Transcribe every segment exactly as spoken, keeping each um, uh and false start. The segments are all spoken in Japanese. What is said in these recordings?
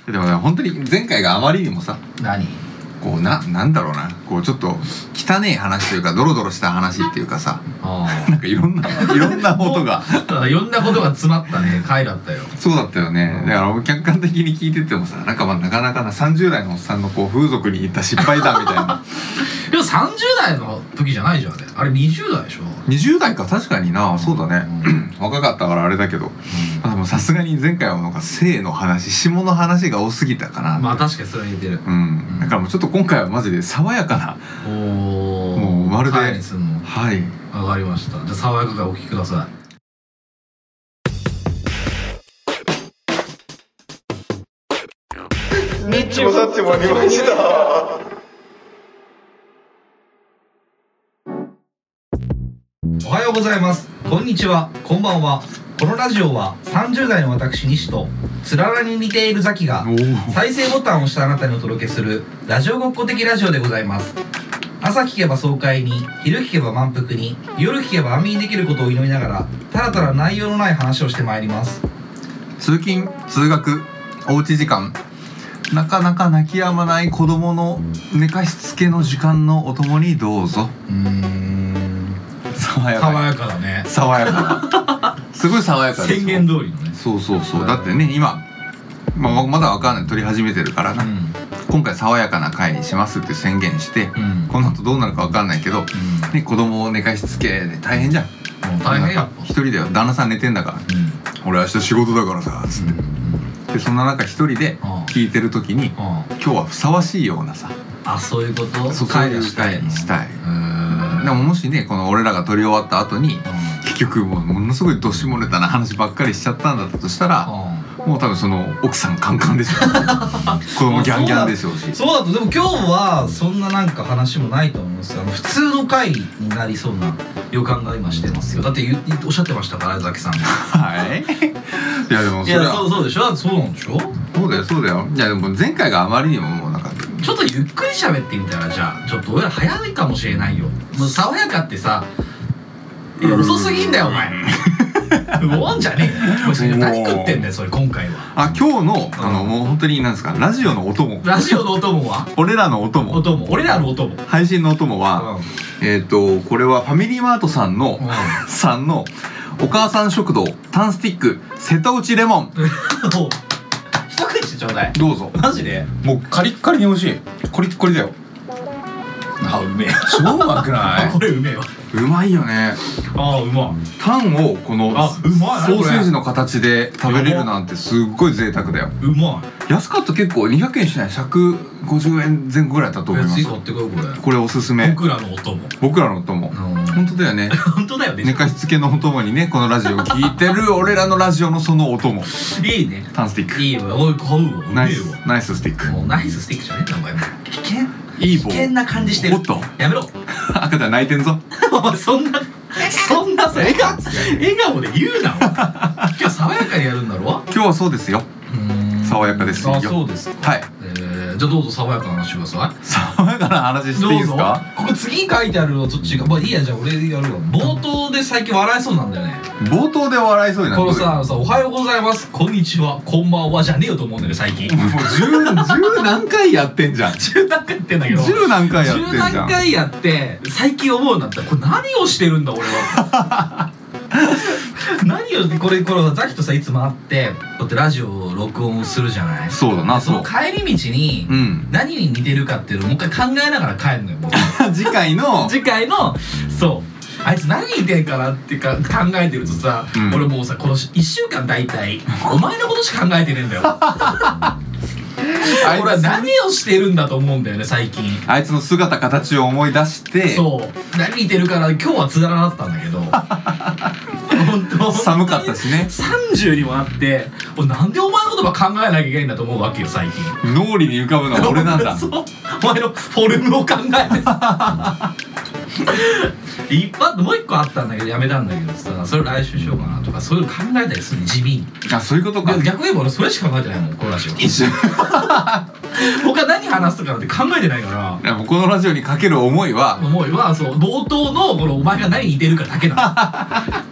でもね本当に前回があまりにもさ、 何こうななんだろうな、こうちょっと汚い話というかドロドロした話っていうかさ、 あなんかいろんないろんなことがいろんなことが詰まったね回だったよ。 そうだったよね。だから客観的に聞いててもさ、なんかまあなかなかなさんじゅう代のおっさんのこう風俗に行った失敗談みたいなでもさんじゅう代の時じゃないじゃんね、あれにじゅう代でしょ。 にじゅう代か、確かにな、そうだね、うん、若かったからあれだけど、うん、でもさすがに前回はなんか性の話、下の話が多すぎたかな。 まあ確かにそれ似てる。 うん、うん、だからもうちょっと今回はマジで爽やかな、おもうまるではいにすんの。 はい、 わかりました。じゃあ爽やかからお聞きください。ニッチもサッチもありました。 おはようございます、こんにちは、こんばんは。このラジオはさんじゅう代の私西とつららに似ているザキが再生ボタンを押したあなたにお届けするラジオごっこ的ラジオでございます。朝聞けば爽快に、昼聞けば満腹に、夜聞けば安眠できることを祈りながらたらたら内容のない話をしてまいります。 通勤通学おうち時間、なかなか泣き止まない子供の寝かしつけの時間のお供にどうぞ。 うーん、 爽やか、 爽やかだね。 爽やかすごい爽やかです。 宣言通りのね。 そうそうそう、だってね今、まあ、まだわかんない、撮り始めてるからな、うん、今回爽やかな回にしますって宣言して、うん、この後どうなるかわかんないけど、うん、ね、子供を寝かしつけで大変じゃん。 もう大変やっぱ一人だよ、旦那さん寝てんだから、うん、俺明日仕事だからさつって、うん、でそんな中一人で聞いてる時に、うん、今日はふさわしいようなさ、 あ、そういうこと、 そういう回にしたい。でももしね、この俺らが撮り終わった後に、うん、結局もうものすごいどしもれたな話ばっかりしちゃったんだったとしたら、うん、もう多分その奥さんカンカンでしょ子供ギャンギャンでしょうし。 そうだと、でも今日はそんななんか話もないと思うんですよ。普通の回になりそうな予感が今してますよ。だっておっしゃってましたからザキさんがはいいやでもそれは、いや、 そうそうでしょ、そうなんでしょ。 そうだよそうだよ。いやでも前回があまりにももうなんかちょっとゆっくり喋ってみたら、じゃあちょっと俺ら早いかもしれないよ。もう爽やかってさ、いや遅すぎんだよお前終わんじゃねえよ何食ってんだよそれ今回は。 あ、今日のあのもう本当になんですか、ラジオのお供、 ラジオのお供は俺らのお供、 お供、俺らのお供、 配信のお供は、うん、えっとこれはファミリーマートさんの、うん、さんのお母さん食堂タンスティック瀬戸内レモン一口してちょうだい。 どうぞ。 マジでもうカリッカリに美味しい。コリッコリだよ。 あ、うめえ。 超うまくないこれうめえわ。 うまいよね。 ああ、うまい。 タンをこのあ、うまい。 ソーセージの形で食べれるなんてすっごい贅沢だよ。 うまい。安かった。結構にひゃくえんしない、ひゃくごじゅうえんぜん後ぐらいだったと思います。 安い買ってこよこれ。 これおすすめ。 僕らのお供。 僕らのお供。本当だよね。 本当だよね。 寝かしつけのお供にね、このラジオを聞いてる俺らのラジオのそのお供。 いいね。 タンスティック。 いいわ。おい買うわ。 ナイスナイススティック。 もうナイススティックじゃねえんだお前。危険。 いい棒。 危険な感じしてる。 おっと。 やめろ。 赤ちゃん泣いてんぞ。 お前そんなそんなさ笑顔笑顔で言うな。今日爽やかにやるんだろ。 今日はそうですよ。爽やかですよ。 あ、そうですか。 はい。 じゃあどうぞ爽やかな話してください。 爽やかな話していいですか。 ここ次に書いてあるのそっちが、まあいいや、じゃあ俺やるわ。冒頭で最近笑いそうなんだよね。 冒頭で笑いそうになる。 このさ、さ、おはようございます、こんにちは、こんばんはじゃねえよと思うんだよね最近。 もう十十何回やってんじゃん。 十何回やってんだけど。 十何回やってんじゃん。 十何回やって最近思うようになった。これ何をしてるんだ俺は。何をこれこれザキとさいつも会ってこうやってラジオを録音するじゃない。 そうだな。 その帰り道に何に似てるかっていうのをもう一回考えながら帰るのよ。 次回の次回のそうあいつ何に似てるかなってか考えてるとさ、うん、俺もうさこのいっしゅうかん大体お前のことしか考えてねえんだよ。俺は何をしてるんだと思うんだよね最近。 あいつの姿形を思い出して、 そう何似てるから今日はつららだったんだけど本当寒かったしね。 さんじゅうにもなって俺なんでお前のことば考えなきゃいけないんだと思うわけよ最近。 脳裏に浮かぶのは俺なんだ。 そうお前のフォルムを考えてさ一発もう一個あったんだけどやめたんだけどさ、それ来週しようかなとかそういうの考えたりする地味に。 あ、そういうことか。 逆に言えば俺それしか考えてないもんこのラジオ。他何話すとかなんて考えてないから。 いやもうこのラジオにかける思いは思いはそう冒頭のこのお前が何に似てるかだけだ。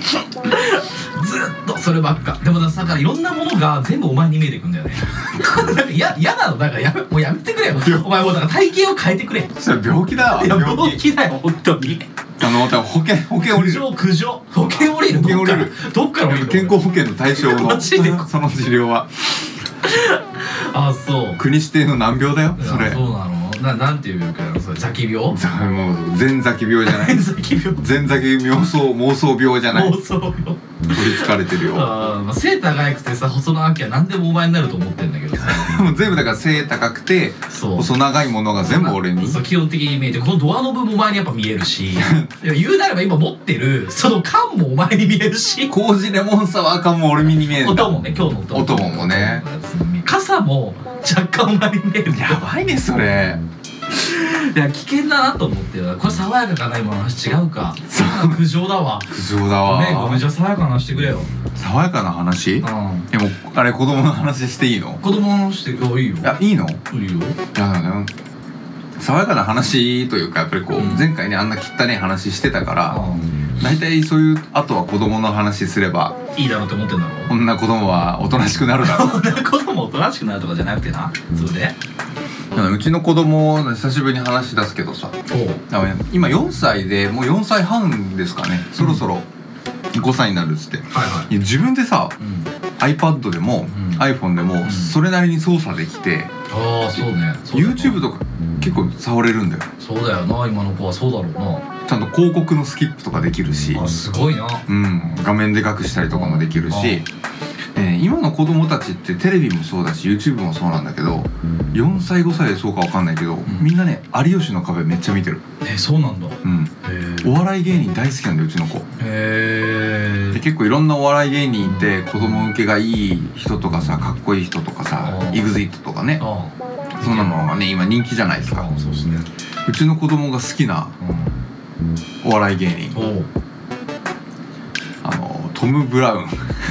っとそればっか。でもだからいろんなものが全部お前に見えてくんだよね。なんか嫌嫌なの。だからやめもうやめてくれよ。お前もうだから体型を変えてくれ。 それ病気だわ。 いや病気だよ本当に。 あの多分保険保険降りる。 苦情保険降りる。 保険降りる。 どっから降りる。 健康保険の対象のその治療は。 あ、そう。 国指定の難病だよそれ。 そうなの。ななんていう病気なのそれ。ザキ病？ もう前ザキ病じゃない。 前ザキ病。 前ザキ妄想妄想病じゃない。 妄想病。 取りつかれてるよ。 ああ、まあ背高くてさ細長きゃ何でもお前になると思ってんだけどさ。 もう全部だから背高くて細長いものが全部俺に。 そう基本的に見えて、このドアノブもお前にやっぱ見えるし、いや言うなれば今持ってるその缶もお前に見えるし、 コージレモンサワー缶も俺に見える。 音もね、今日の音。 音もね。 傘も若干お前に見える。 やばいねそれ。 いや危険だなと思ってる。これ爽やかかな今の話違うか。苦情だわ。 苦情だわ。 ごめんごめん、じゃあ爽やかな話してくれよ。 爽やかな話？うん。でもあれ子供の話していいの？ 子供の話して、いいよ。 いやいいの？ いいよ。 いやね。爽やかな話というかやっぱりこう、うん、前回ねあんな汚い話してたから、大体そういうあとは子供の話すればいいだろうと思ってんだろう。 こんな子供はおとなしくなるだろう。 こんな子供おとなしくなるとかじゃなくてな。それでうちの子供久しぶりに話し出すけどさ、今よんさいでもうよんさいはんですかね、うん、そろそろごさいになるっつって、はいはい、自分でさ、うん、iPad でも、うん、iPhone でもそれなりに操作できて、 ああそうね、 YouTube とか結構触れるんだよ。 そうだよな、今の子はそうだろうな。 ちゃんと広告のスキップとかできるし、 あすごいな。 うん、画面でかくしたりとかもできるし、えー、今の子供たちってテレビもそうだし YouTube もそうなんだけど、よんさいごさいでそうかわかんないけど、うん、みんなね有吉の壁めっちゃ見てる。 えそうなんだ。 うん。お笑い芸人大好きなんだようちの子。へえ。で結構いろんなお笑い芸人いて子供受けがいい人とかさ、かっこいい人とかさ、イグジットとかね、そんなのがね今人気じゃないですか。そうですね。うちの子供が好きなお笑い芸人、あのトム・ブラウン。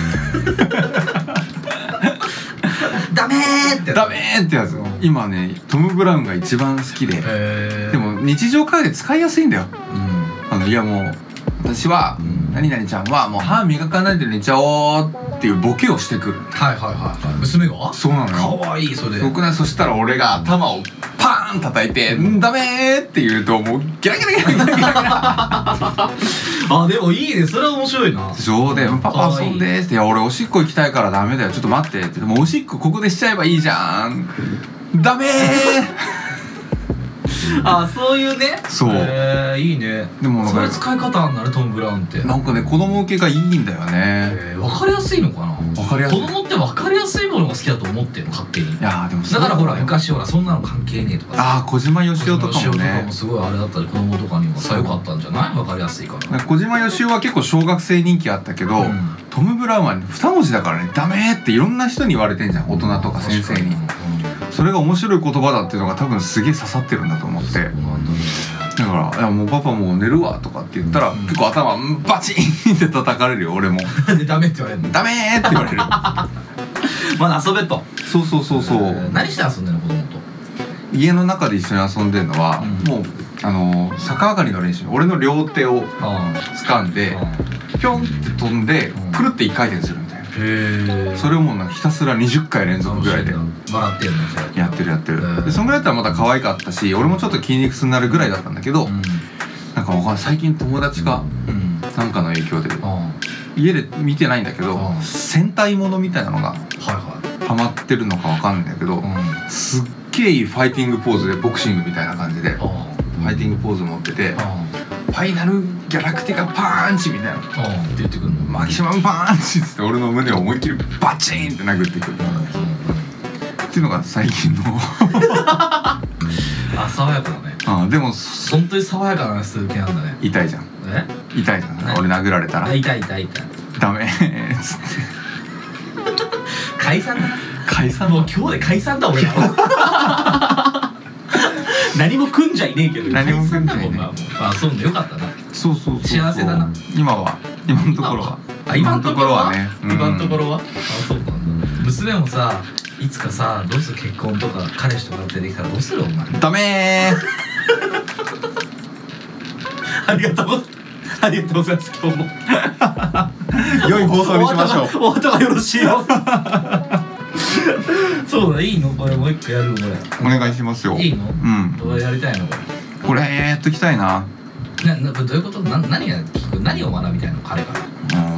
ダメーってダメーってやつ。今ねトム・ブラウンが一番好きで、でも日常会話で使いやすいんだよ。あのいやもう私は何々ちゃんはもう歯磨かないで寝ちゃおうっていうボケをしてくる。 はいはいはいはい。娘が？そうなのよ。可愛いそれ。 僕ね、そしたら俺が頭をパーン叩いて「んダメー」って言うともうギラギラギラギラギラギラ。 あでもいいね、それは面白いな。 そうで「パパ遊んで」って「いや俺おしっこ行きたいからダメだよちょっと待って」って「でもおしっこここでしちゃえばいいじゃん」「ダメー」。 あそういうね。 そう。 えー、いいね。でもそれ使い方あんなねトム・ブラウンって。 なんかね子供受けがいいんだよね。 えー、分かりやすいのかな。分かりやすい。子供って分かりやすいものが好きだと思ってるの勝手に。いやでもだからほら昔ほらそんなの関係ねえとかさ。ああ小島よしおとかもね。小島よしおとかもすごいあれだったり子供とかにもさ良かったんじゃない。分かりやすいから。 小島よしおは結構小学生人気あったけど、うん、トム・ブラウンはに文字だからねダメっていろんな人に言われてんじゃん大人とか先生に。それが面白い言葉だっていうのが多分すげえ刺さってるんだと思って。だから「いやもうパパもう寝るわ」とかって言ったら、うん、結構頭バチンって叩かれるよ俺も。 なんでダメって言われるの？ ダメーって言われる。 まだ遊べと。 そうそうそうそう。えー、何して遊んでるの子供と？ 家の中で一緒に遊んでるのは、うん、もうあのー、逆上がりの練習。俺の両手を掴んでピョンって飛んでくるって一回転するみたいな。へそれをもうなんかひたすらにじゅっかい連続ぐらいで笑ってるのやってるやってる。でそんぐらいだったらまだ可愛かったし俺もちょっと筋肉痛になるぐらいだったんだけど、うん、なんかわかんない最近友達がなんかの影響で、うん、家で見てないんだけど、うん、戦隊ものみたいなのがハマってるのかわかんないんだけど、うん、すっげえいいファイティングポーズでボクシングみたいな感じでファイティングポーズ持ってて、ファイナルギャラクティカパンチみたいなって言ってくるの。 マキシマムパンチっつって俺の胸を思いっきりバチーンって殴ってくるっていうのが最近の。 あ爽やかだね。 あでも本当に爽やかな数系なんだね。 痛いじゃん。え痛いじゃん。俺殴られたら痛い痛い痛いダメっつって解散だな。 解散もう今日で解散だ俺ら。何も組んじゃいねえけど何も組んじゃいねえ。 あそうねよかったな。 そうそうそう幸せだな今は。今のところはあ今のところはね今のところは。 あそうなんだ。娘もさいつかさどうする結婚とか彼氏とか出てきたらどうするお前。 ダメー。 ありがとうありがとうございます。今日も良い放送にしましょう。 お後がよろしいよ。そうだ、いいのこれ、もう一個やるのこれ。 お願いしますよ。 いいの？ うん。 どうやりたいのこれ。 これやっときたいな。 な、な、どういうこと？な、何が聞く？何を学びたいの彼から。 うん、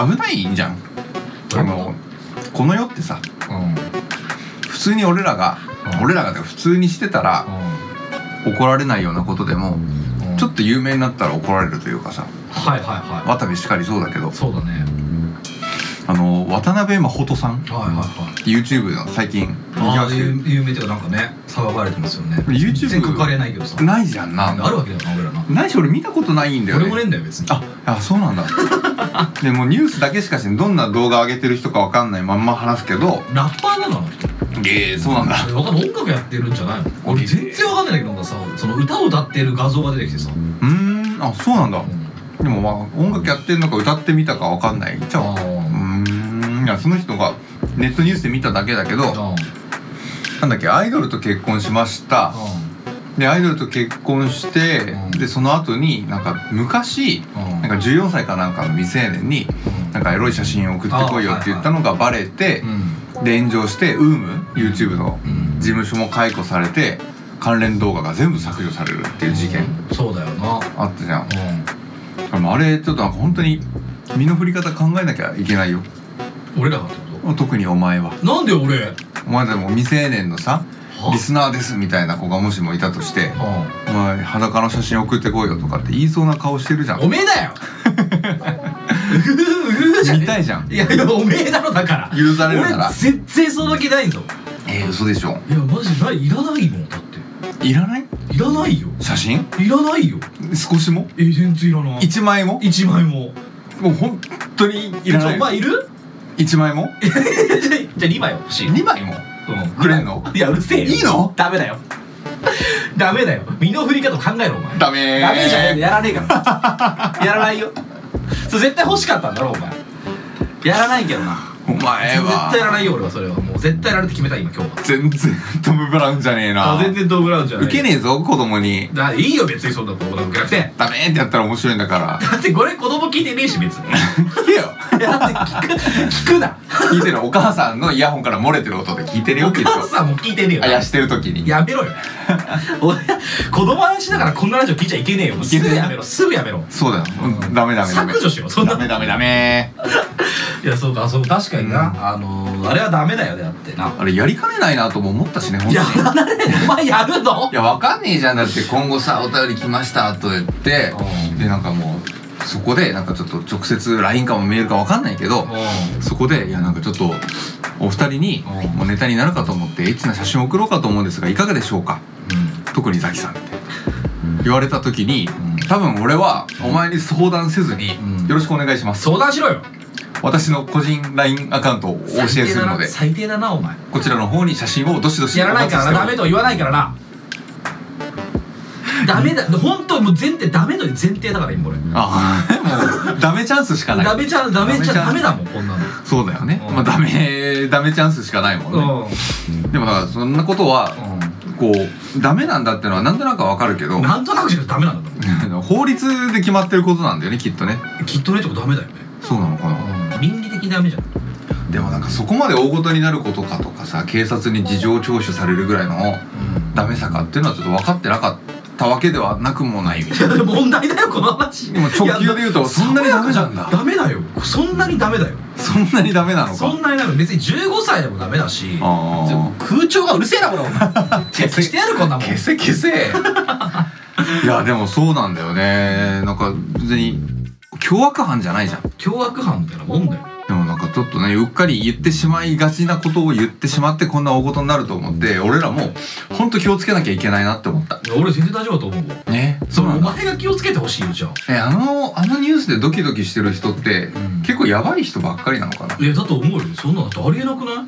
危ないんじゃん。あのこの世ってさ、うん、普通に俺らが、うん、俺らが普通にしてたら、うん、怒られないようなことでも、うん、ちょっと有名になったら怒られるというかさ。はいはいはい。渡部しかりそうだけど。そうだね。あの渡辺真琴さん、はいはいはい、YouTube の最近ああ有名っていうかなんかね騒がれてますよね。 YouTube 全然書かれないけどさ、 ないじゃんな。 あるわけだよな俺らな。 ないし俺見たことないんだよね。 俺もねえんだよ別に。 ああそうなんだ。でもニュースだけしかしどんな動画上げてる人かわかんないまんま話すけど、 ラッパーなのあの人。 ええそうなんだ。 わかんない、音楽やってるんじゃないの。俺全然わかんないんだけどなんかさ、その歌を歌ってる画像が出てきてさ、うーん、あそうなんだ、うん、でもまあ音楽やってるのか歌ってみたかわかんないじゃあ、うーん、いやその人がネットニュースで見ただけだけど、なんだっけ、アイドルと結婚しました。でアイドルと結婚して、でその後になんか昔なんかじゅうよんさいかなんかの未成年になんかエロい写真を送ってこいよって言ったのがバレて、で炎上してウーム YouTube の事務所も解雇されて関連動画が全部削除されるっていう事件、 そうだよな、 あったじゃん。あれちょっとなんか本当に身の振り方考えなきゃいけないよ。 俺らがってこと？ 特にお前は。なんで俺？お前でも未成年のさリスナーですみたいな子がもしもいたとして、お前裸の写真送ってこいよとかって言いそうな顔してるじゃん。おめえだよ。見たいじゃん。いやいやおめえだろだから。許されるなら。俺全然その気ないぞ。えー、嘘でしょ。いやマジない、いらないもんだって。いらない？いらないよ。写真？いらないよ。少しも？え全然いらない。一枚も？一枚も。もう本当にいらない。お前いる？一枚も？じゃあ二枚欲しい。二枚も？くれんの？いやうるせえよ。いいの？ダメだよ。ダメだよ。身の振り方考えろお前。ダメー。ダメじゃねえ。やらねえからやらないよ。それ絶対欲しかったんだろお前。やらないけどなお前は。絶対やらないよ俺は。それはもう絶対やられて決めた今今日は。全然トム・ブラウンじゃねえな。全然トム・ブラウンじゃねえ。ウケねえぞ子供に。だいいよ別にそんな子供受けなくて。ダメーってやったら面白いんだから。だってこれ子供聞いてねえし別に。聞けよ。だって聞く聞くな。聞いてる。お母さんのイヤホンから漏れてる音で聞いてるよ。お母さんも聞いてるよ。あやしてる時に。やめろよ。俺子供話だからこんなラジオ聞いちゃいけねえよ。すぐやめろすぐやめろ。そうだよ。ダメダメダメ。削除しよう。そんなダメダメダメ。いやそうかそう確かにな、あのあれはダメだよねだってな。あれやりかねないなとも思ったしね。いややらねえ。お前やるの？いやわかんねえじゃん。だって今後さお便り来ましたと言ってでなんかもうそこでなんかちょっと直接 ライン かもメールかわかんないけどそこでいやなんかちょっとお二人にもうネタになるかと思ってエッチな写真を送ろうかと思うんですがいかがでしょうか、うん、特にザキさんって言われた時に、うん、多分俺はお前に相談せずに、うん、よろしくお願いします。相談しろよ。私の個人 ライン アカウントをお教えするので最低だなお前。こちらの方に写真をどしどしやらないからな。ダメとは言わないからな。ダメだ本当もう前提ダメという前提だから今俺。ああもうダメチャンスしかない。ダメチャンスダメチャンスダメだもんこんなの。そうだよね。まあダメダメチャンスしかないもんね。でもだからそんなことはこうダメなんだってのはなんとなくわかるけど。なんとなくじゃダメなんだ。法律で決まってることなんだよねきっとね。きっとねってことダメだよね。そうなのかな。倫理的にダメじゃん。でもなんかそこまで大事になることかとかさ警察に事情聴取されるぐらいのダメさかっていうのはちょっと分かってなかったわけではなくもないみたいな。問題だよこの話。でも直球で言うとそんなにダメなんだ。ダメだよそんなにダメだよ。そんなにダメなのか。そんなにダメ。別にじゅうごさいでもダメだし空調がうるせえなこれお前。消してやるこんなもん。消せ消せ。いやでもそうなんだよね。なんか別に凶悪犯じゃないじゃん。凶悪犯みたいなもんだよ。でもなんかちょっとねうっかり言ってしまいがちなことを言ってしまってこんな大事になると思って俺らもほんと気をつけなきゃいけないなって思った。俺全然大丈夫だと思うわ。ね。そうなんだ。お前が気をつけてほしいよじゃあ。えあのあのニュースでドキドキしてる人って、うん、結構ヤバい人ばっかりなのかな。いやだと思うよ。そんなのありえなくない？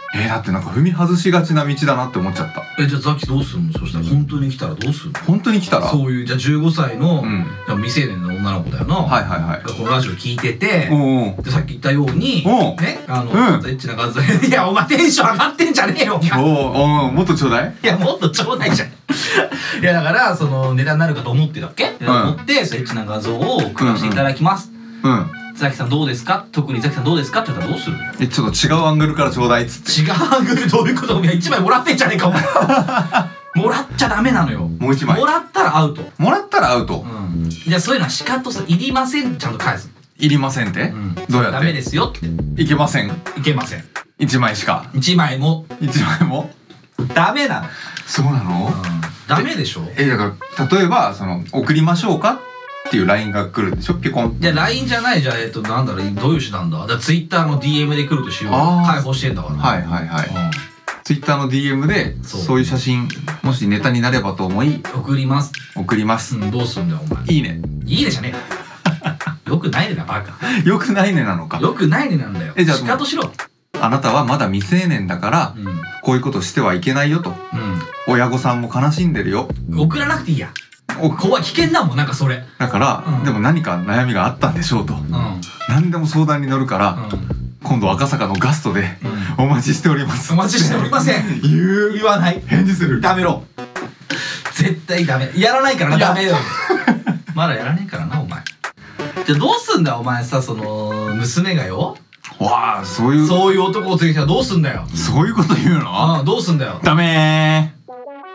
えー、だってなんか踏み外しがちな道だなって思っちゃった。 えじゃあザキどうすんの？そしたら本当に来たらどうすんの？ 本当に来たらそういうじゃあじゅうごさいの、 うん、 じゃあ未成年の女の子だよな、 はいはいはい、 このラジオ聞いてて、 おでさっき言ったようにおねあの、 うん、 エッチな画像いやお前テンション上がってんじゃねえよお前。 おおもっとちょうだい。 いやもっとちょうだいじゃんいやだからその値段になるかと思ってたっけ、うん、思ってそのエッチな画像を送らせていただきます、うん、うんザキさんどうですか？特にザキさんどうですかって言ったらどうする？ え、ちょっと違うアングルからちょうだいっつって。 違うアングルどういうこと？いや一枚もらってんじゃねえかお前もらっちゃダメなのよ。もう一枚もらったらアウト。 もらったらアウト。 うん。じゃあそういうのはシカトさいりませんちゃんと返す。 いりませんって、うん、どうやって？ ダメですよって。 いけません。 いけません。 一枚しか。 一枚も。 一枚も。 ダメなの。 そうなの？うん、 ダメでしょ。 え、だから例えばその送りましょうかっていう ライン が来るでしょ、ピコン。 いや ライン じゃないじゃん。えっとなんだろうどういう手段だ。だから Twitter の ディーエム で来るとしよう。開放してんだから。 はいはいはい。うん、Twitter の ディーエム でそう、そういう写真もしネタになればと思い送ります。 送ります。 うん、どうすんだよお前。 いいね。 いいねじゃねえよ。よくないねだバカ。 よくないねなのか。 よくないねなんだよ。えじゃあシカトしろ。 あなたはまだ未成年だから、うん、こういうことしてはいけないよと、うん、親御さんも悲しんでるよ。 送らなくていいや。怖い危険だもんなんかそれだから、うん、でも何か悩みがあったんでしょうと、うん、何でも相談に乗るから、うん、今度赤坂のガストで、うん、お待ちしております。 お待ちしておりません言う言わない返事する。 ダメろ絶対ダメやらないからな。ダメよまだやらねえからなお前。じゃあどうすんだお前さその娘がよ。 わあそういうそういう男を連れてきたらどうすんだよ。 そういうこと言うの？ ああどうすんだよ。 ダメー。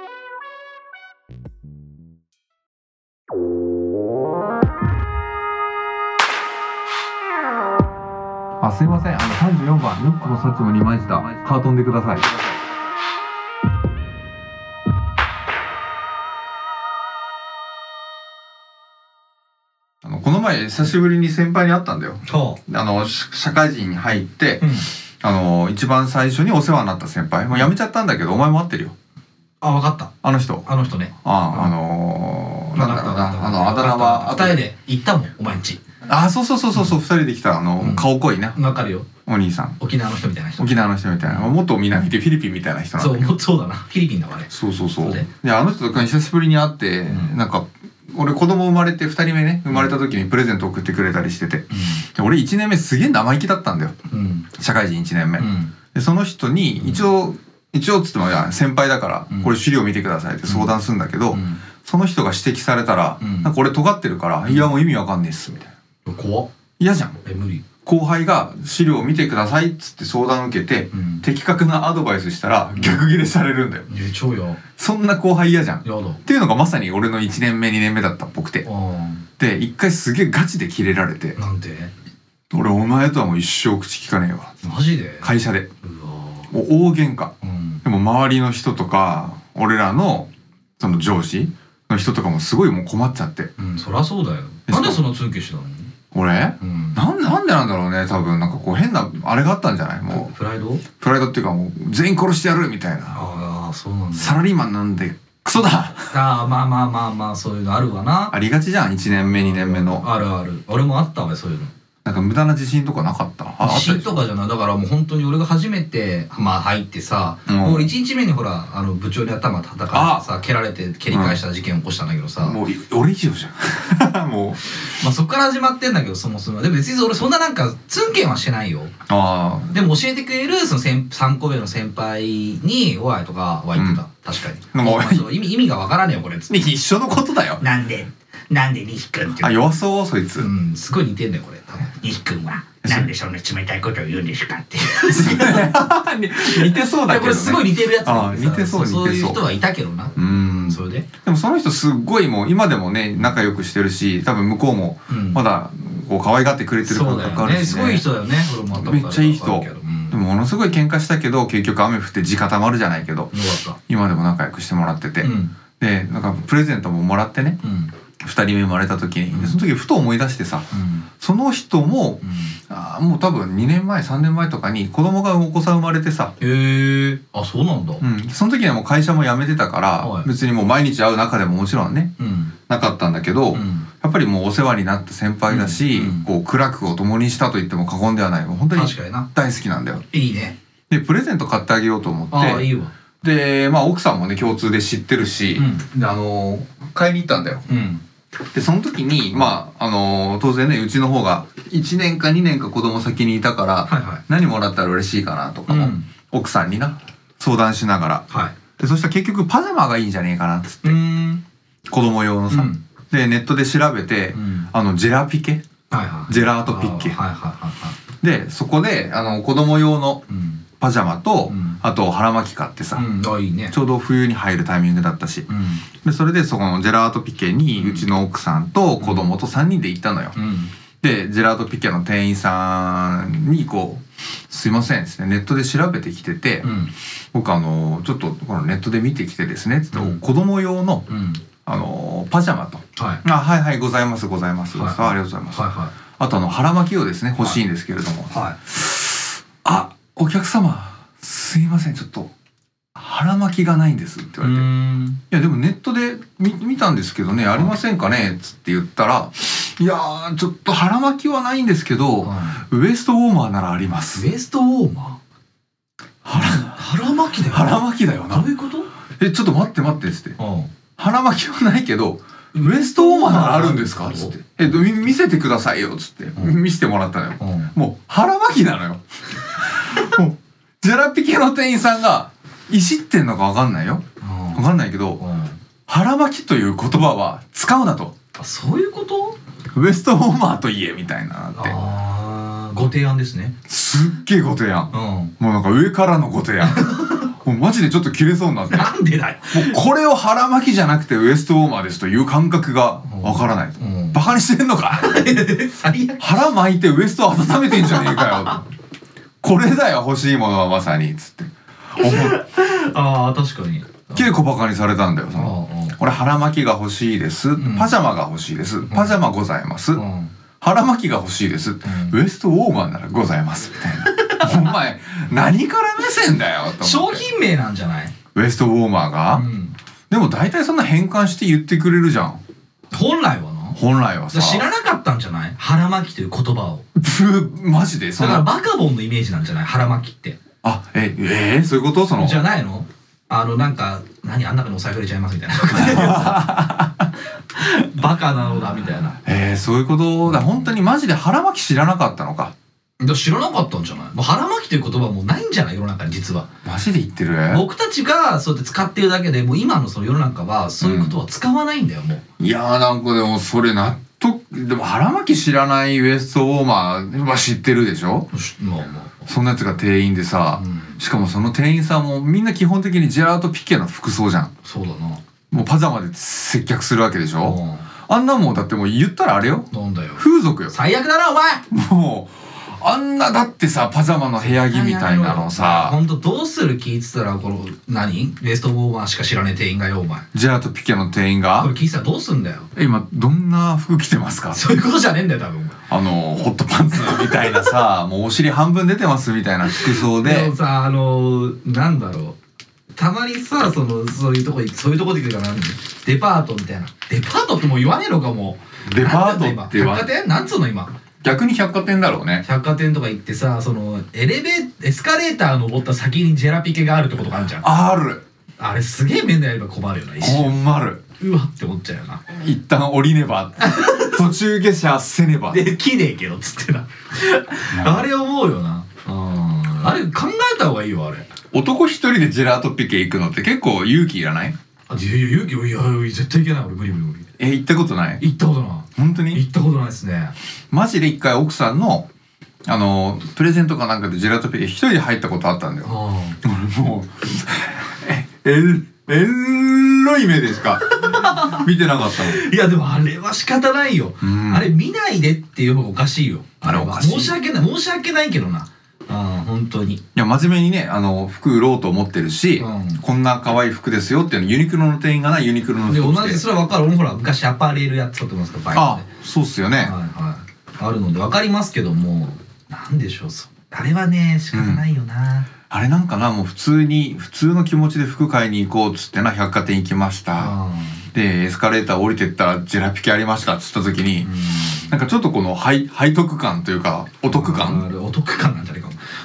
あ、すいません。あのさんじゅうよんばんヌックもサッチもにまい舌カートンでください。あのこの前久しぶりに先輩に会ったんだよ。あの社会人に入って、うん、あの一番最初にお世話になった先輩もう辞めちゃったんだけどお前も会ってるよ。 あ、分かった。 あの人。 あの人ね。 あ、あのー、なんだろうな、あのあだ名は二人で行ったもんお前んち。 あ、そうそうそうそう、二人で来たあの顔濃いな。 わかるよ。 お兄さん。 沖縄の人みたいな人。 沖縄の人みたいな。元南でフィリピンみたいな人なんだけど。 そう、そうだな。フィリピンだわあれ。 そうそうそう。で、あの人と久しぶりに会って、なんか俺子供生まれてふたりめね生まれた時にプレゼント送ってくれたりしてて、俺いちねんめすげえ生意気だったんだよ。社会人いちねんめ。でその人に一応一応っつっても先輩だからこれ資料見てくださいって相談するんだけど、その人が指摘されたらなんか俺尖ってるからいやもう意味わかんねえっすみたいな。 怖っ。 嫌じゃん。 え無理。 後輩が資料を見てくださいっつって相談を受けて、うん、的確なアドバイスしたら逆ギレされるんだよ。 いや超や。 そんな後輩嫌じゃん。 やだ。 っていうのがまさに俺のいちねんめにねんめだったっぽくて。で一回すげえガチでキレられて。 なんで？ 俺お前とはもう一生口聞かねえわ。 マジで？ 会社で。うわ。もう大喧嘩。うん、でも周りの人とか俺らのその上司の人とかもすごいもう困っちゃって。 うん、そりゃそうだよ。なんでそのツンケしてたの？ 俺、うん、なんなんでなんだろうね。多分なんかこう変なあれがあったんじゃない？もうプライドプライドっていうかもう全員殺してやるみたいな。 ああそうなんだ。 サラリーマンなんでクソだ。 ああまあまあまあまあそういうのあるわな。 ありがちじゃんいちねんめにねんめの。 あるある。俺もあったわそういうの。 なんか無駄な自信とかなかった？ 自信とかじゃない。だからもう本当に俺が初めてまあ入ってさ、うん、俺いちにちめにほらあの部長に頭叩かれてさ蹴られて蹴り返した事件を起こしたんだけどさ、 うん、もう俺以上じゃんもうまあそっから始まってんだけどそもそもで別に俺そんななんかツンケンはしてないよ。あでも教えてくれるそのさんこめの先輩に「おい」とかは言ってた、うん、確かに。もう意味意味がわからねえよこれっつって。 一緒のことだよ。 なんでなんで西君ってあ弱そうそいつ。 うんすごい似てんだよこれ。西君はなんでそんな冷たいことを言うんですかって似てそうだけどね。これすごい似てるやつなんでさ。 似てそう似てそう。 そういう人はいたけどな。うんそれででもその人すっごいもう今でもね仲良くしてるし多分向こうもまだこう可愛がってくれてる感覚あるしね。 すごい人だよね。俺もめっちゃいい人。でもものすごい喧嘩したけど結局雨降って地固まるじゃないけど今でも仲良くしてもらってて、でなんかプレゼントももらってねふたりめ生まれた時にその時ふと思い出してさ、その人もあもう多分にねんまえさんねんまえとかに子供がお子さん生まれてさ。 へえ。あそうなんだ。 うん、その時にはもう会社も辞めてたから別にもう毎日会う中でももちろんねなかったんだけど、やっぱりもうお世話になった先輩だしこう苦楽を共にしたと言っても過言ではない。もう本当に大好きなんだよ。 いいね。 でプレゼント買ってあげようと思って、 ああいいわ。 でまあ奥さんもね共通で知ってるし、 うん、 であの買いに行ったんだよ。 うん、 でその時にまああの当然ねうちの方がいちねんかにねんか子供先にいたから、はいはい、何もらったら嬉しいかなとかも、うん、奥さんにな相談しながら、はい、でそしたら結局パジャマがいいんじゃねえかなっつって、うん、子供用のさ、うん、でネットで調べて、うん、あのジェラピケ、はいはい、ジェラートピッケ、はいはいはいはい、でそこであの子供用のパジャマと、うん、あと腹巻き買ってさ、うん、あいいね、ちょうど冬に入るタイミングだったし、うん、でそれでそこのジェラートピケにうちの奥さんと子供とさんにんで行ったのよ、うん、でジェラートピケの店員さんにこう「すいません」ですね、ネットで調べてきてて、うん、僕あのちょっとこのネットで見てきてですねって言って、うん、子供用の、うん、あのパジャマと「はい、あはいはいございますございます」はいはい、ありがとうございます、はいはい、あとあの腹巻きをですね欲しいんですけれども、はいはい、あお客様すいませんちょっと腹巻きがないんですって言われて、いやでもネットで 見, 見たんですけどね、ありませんかねっつって言ったら、いやーちょっと腹巻きはないんですけど、はい、ウエストウォーマーならあります。 ウエストウォーマー 腹, 腹巻きだよ。 腹巻きだよな。 どういうこと？ えちょっと待って待ってっつって、うん、腹巻きはないけどウエストウォーマーならあるんですかっつって、え見せてくださいよっつって、うん、見せてもらったのよ、うん、もう腹巻きなのよもうジェラピケの店員さんがいじってんのか分かんないよ、うん、分かんないけど、うん、腹巻きという言葉は使うなと。 あそういうこと？ ウエストウォーマーと言えみたいなって。 あご提案ですね。 すっげえご提案、うん、もうなんか上からのご提案もうマジでちょっっと切れそうになって。 なんでだよ。 もうこれを腹巻きじゃなくてウエストウォーマーですという感覚がわからないと、うん、バカにしてんのか最悪。腹巻いてウエストを温めてんじゃねえかよとこれだよ欲しいものはまさにつってああ確かに結構バカにされたんだよ。その俺腹巻きが欲しいです、うん、パジャマが欲しいです、パジャマございます、うん、腹巻きが欲しいです、うん、ウエストウォーマーならございますみたいなお前何から目線だよと。 商品名なんじゃない？ ウエストウォーマーが、うん、でも大体そんな変換して言ってくれるじゃん本来はな。 本来はさ知らなかったんじゃない？腹巻きという言葉をマジでそだからバカボンのイメージなんじゃない？腹巻きって。 あええー、そういうこと？そのじゃないの？あのなんか何あん中にお財布入れちゃいますみたいなバカなのだみたいな。 えー、そういうことだ。本当にマジで腹巻き知らなかったのか。 知らなかったんじゃない？もう腹巻きという言葉はもうないんじゃない？世の中に実は。 マジで言ってる？ 僕たちがそうやって使ってるだけでもう今のその世の中はそういうことは使わないんだよ、うん、もう。 いやーなんかでもそれ納得。でも腹巻き知らないウエストウォーマーは知ってるでしょ？まあまあ。そんなやつが店員でさ、うん、しかもその店員さんもみんな基本的にジェラートピケの服装じゃん。 そうだな。 もうパジャマで接客するわけでしょ、うん、あんなもんだってもう言ったらあれよ。 なんだよ。 風俗よ。 最悪だなお前。 もうあんなだってさパジャマの部屋着みたいなのさ。 ほんとどうする聞いてたらこの何ウエストウォーマーしか知らねえ店員がよお前。 ジェラートピケの店員が。 これ聞いてたらどうすんだよ。 え今どんな服着てますか？ そういうことじゃねえんだよ多分。 あのホットパンツみたいなさもうお尻半分出てますみたいな服装で。 でもさあのなんだろうたまにさそのそういうとこそういうとこで言うかなデパートみたいな。デパートってもう言わねえのかもう。 デパートって言わ百貨店なんつうの今。 逆に百貨店だろうね。 百貨店とか行ってさそのエレベエスカレーター登った先にジェラピケがあるってことがあるじゃん。 ある。 あれすげえ面倒やれば困るよな。 困る。 うわって思っちゃうよな。 一旦降りねば途中下車せねばできねえけどっつってなあれ思うよな。あれ考えた方がいいよあれ。 男一人でジェラートピケ行くのって結構勇気いらない？ あいやいや勇気いや絶対いけない俺無理無理無理。 え行ったことない？ 行ったことない。 本当に？ 行ったことないですね。 マジで一回奥さんのあのプレゼントかなんかでジェラートピケ一人で入ったことあったんだよ。俺もうえええろい目でしか見てなかったの。 いやでもあれは仕方ないよ、うん、あれ見ないでっていう方がおかしいよ。あれおかしい。申し訳ない申し訳ないけどな。あ本当に。いや真面目にねあの服売ろうと思ってるし、うん、こんな可愛い服ですよっていうのユニクロの店員がないユニクロの服着て。同じそれは分かる。俺ほら昔アパレルやってたと思いますけどバイトで。 あそうっすよね。はいはい。あるので分かりますけどもなんでしょうそあれはね仕方ないよな、うん、 あれなんかなもう普通に普通の気持ちで服買いに行こうっつってな百貨店行きました。でエスカレーター降りてったらジェラピケありましたっつった時に、うん、なんかちょっとこの背背徳感というかお得感。 あれお得感なんじゃないかも。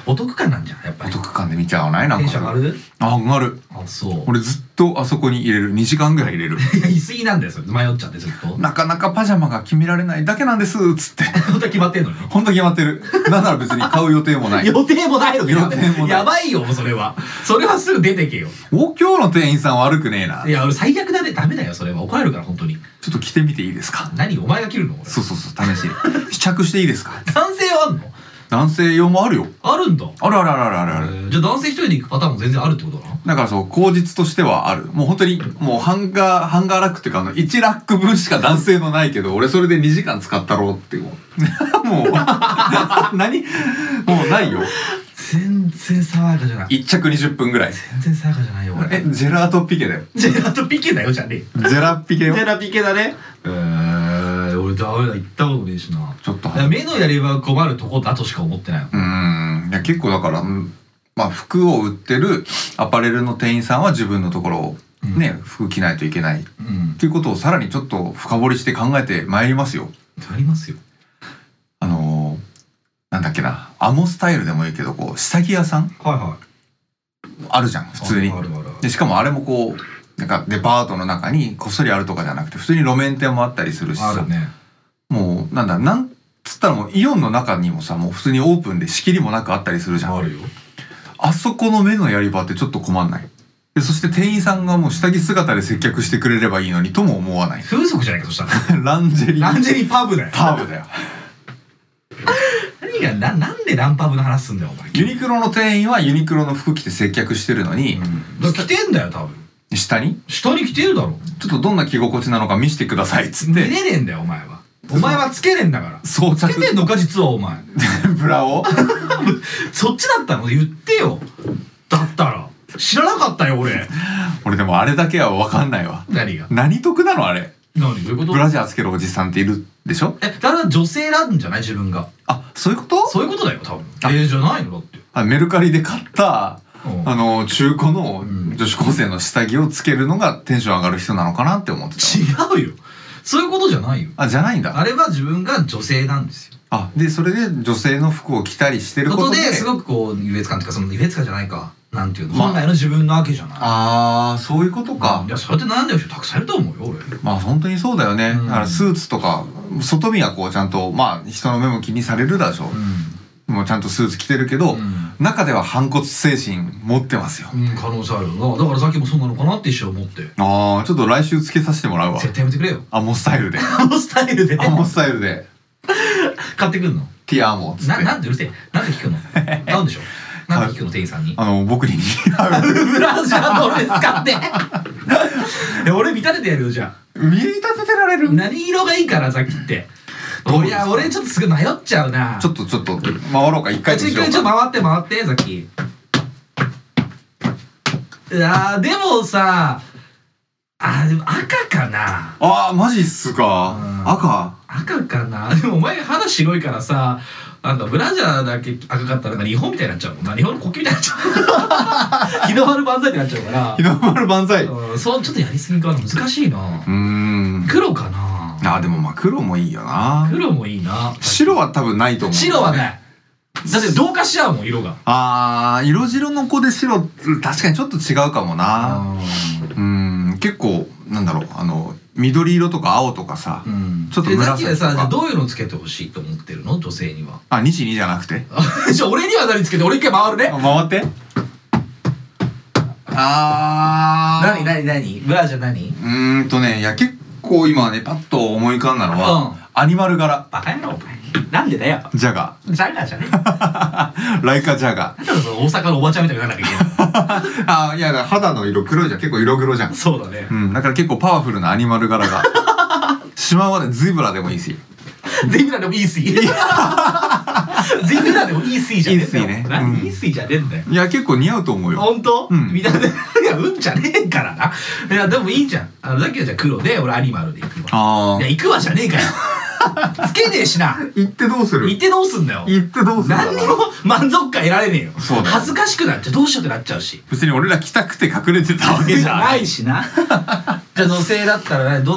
お得感なんじゃんやっぱり。 お得感で見ちゃわない？なんかテンション上がる？ あ、上がる。 あ、そう。 俺ずっとあそこに入れる。にじかんぐらい入れる。 いや言い過ぎなんだよそれ。迷っちゃってずっと。 なかなかパジャマが決められないだけなんですつって本当は決まってんのに。 本当決まってる。なんなら別に買う予定もない。 予定もないのに。 予定もない。 やばいよそれは。それはすぐ出てけよ。 お、今日の店員さん悪くねえな。 いや俺最悪だね。ダメだよそれは。怒られるから本当に。 ちょっと着てみていいですか？ 何お前が着るの？ そうそうそう、試しに試着していいですか？ 男性はあんの？ 男性用もあるよ。 あるんだ。 あるあるあるあるあるある。 じゃあ男性一人で行くパターンも全然あるってことなの？ だからそう、口実としてはある。もう本当にもうハンガーハンガーラックっていうか、あのいちラック分しか男性のないけど、俺それでにじかん使ったろうっていうもうもう何もうないよ。 全然爽やかじゃない。 一着にじゅっぷんぐらい。 全然爽やかじゃないよ俺。 え、ジェラートピケだよ。 ジェラートピケだよじゃねえ。 ジェラピケよ。 ジェラピケだね。えー、俺ダメだ、行ったことねえしな。 ちょっと目のやり場困るとこだとしか思ってないの。 うーん、いや結構だから、まあ服を売ってるアパレルの店員さんは自分のところをね、うん、服着ないといけないっていうことをさらにちょっと深掘りして考えてまいりますよ。 ありますよ。 あのー、なんだっけな、アモスタイルでもいいけど、こう下着屋さん、 はいはい、 あるじゃん普通に。 あるあるある。 でしかもあれもこうなんかデパートの中にこっそりあるとかじゃなくて、普通に路面店もあったりするしさ、 あるね、 もうなんだなんつったらもうイオンの中にもさ、もう普通にオープンで仕切りもなくあったりするじゃん。 あるよ。 あそこの目のやり場ってちょっと困んない？でそして店員さんがもう下着姿で接客してくれればいいのにとも思わない？ 風俗じゃないかそしたら。 ランジェリーランジェリーパブだよ。 パブだよ。 何がな、なんでランパブの話すんだよお前。 ユニクロの店員はユニクロの服着て接客してるのに、 うん、だから着てんだよ多分。 下に下に着てるだろ。 ちょっとどんな着心地なのか見せてくださいっつって。 見れねえんだよお前は。お前はつけねえんだから。 装着。 つけてんのか実はお前。 ブラをそっちだったの？言ってよ。だったら知らなかったよ俺。 俺でもあれだけは分かんないわ。 何が？ 何得なのあれ。 何？どういうこと？ ブラジャーつけるおじさんっているでしょ？ え、だから女性なんじゃない自分が。 あ、そういうこと？ そういうことだよ多分。えー、じゃないのだって。 あ、メルカリで買ったあの中古の女子高生の下着をつけるのがテンション上がる人なのかなって思ってた。違うよ。そういうことじゃないよ。 あ、じゃないんだ。 あれは自分が女性なんですよ。 あ、でそれで女性の服を着たりしてることで、 すごくこう優越感というか、その優越感じゃないか。なんていうの、本来の自分なわけじゃない。 ああ、そういうことか。 いや、そうやって悩んでる人たくさんいると思うよ俺。 まあ本当にそうだよね。だからスーツとか外見はこうちゃんとまあ人の目も気にされるだしょう。もうちゃんとスーツ着てるけど、中では反骨精神持ってますよ。 可能性あるよな。だからさっきもそうなのかなって一瞬思って。 ああ、ちょっと来週つけさせてもらうわ。 絶対やめてくれよ。 アモスタイルで。 アモスタイルで。 アモスタイルで。 買ってくんの？ ティアーモっつって。 な、なんでうるせえ。なんで聞くの？買うんでしょ？なんで聞くの店員さんに？ あの僕に似合うブラジャーどれですかって。俺見立ててやるよじゃあ。 見立ててられる？ 何色がいいからさっきって。いや俺ちょっとすごい迷っちゃうな。 ちょっとちょっと回ろうか一回にしようか。 ちょっと回って回ってさっき。いやでもさあでも赤かな。 あーマジっすか。赤赤かな。でもお前肌白いからさ、なんかブラジャーだけ赤かったらなんか日本みたいになっちゃうもんな。日本の国旗みたいになっちゃう。日の丸万歳ってなっちゃうから。 日の丸万歳。 うん、そうちょっとやりすぎかな。難しいな。 うーん。 黒かな。 あでもまあ黒もいいよな。 黒もいいな。 白は多分ないと思う。 白はない。だって同化しちゃうもん色が。 ああ色白の子で白確かにちょっと違うかもな。うん、結構なんだろう、あの緑色とか青とかさ、うん、ちょっと紫とか。さ、じゃあどういうのつけてほしいと思ってるの女性には。 あ、にじにじゃなくて。 じゃあ俺には何つけて、俺一回回るね。 回って。あー。何何何ブラジャー何？ うーんとね、いや結構今ねパッと思い浮かんだのは、うん、アニマル柄。 バカ野郎お前。なんでだよ。 ジャガー。ジャガーじゃねえ。ライカジャガー。 なんだろその大阪のおばちゃんみたいにならなきゃいけない。 あいや肌の色黒いじゃん。結構色黒じゃん。 そうだね。 うん、だから結構パワフルなアニマル柄が。シマウマでゼブラでもいいし。 ゼブラでもいいし。ゼブラでもいいしじゃねえんだよ。 いいっすね。 何いいしじゃねえんだよ。 いや結構似合うと思うよ。 本当？ うん。 見た目いやうんじゃねえからな。いやでもいいじゃん。あのさっきはじゃあ黒で俺アニマルで行くわ。ああ。いや行くわじゃねえかよ。つけねえしな。 行ってどうする？ 行ってどうすんだよ。 行ってどうする？ 何にも満足感得られねえよ。 そうだ。 恥ずかしくなっちゃう。どうしようってなっちゃうし。 別に俺ら来たくて隠れてたわけじゃないしな。じゃあ女性だったらねどんな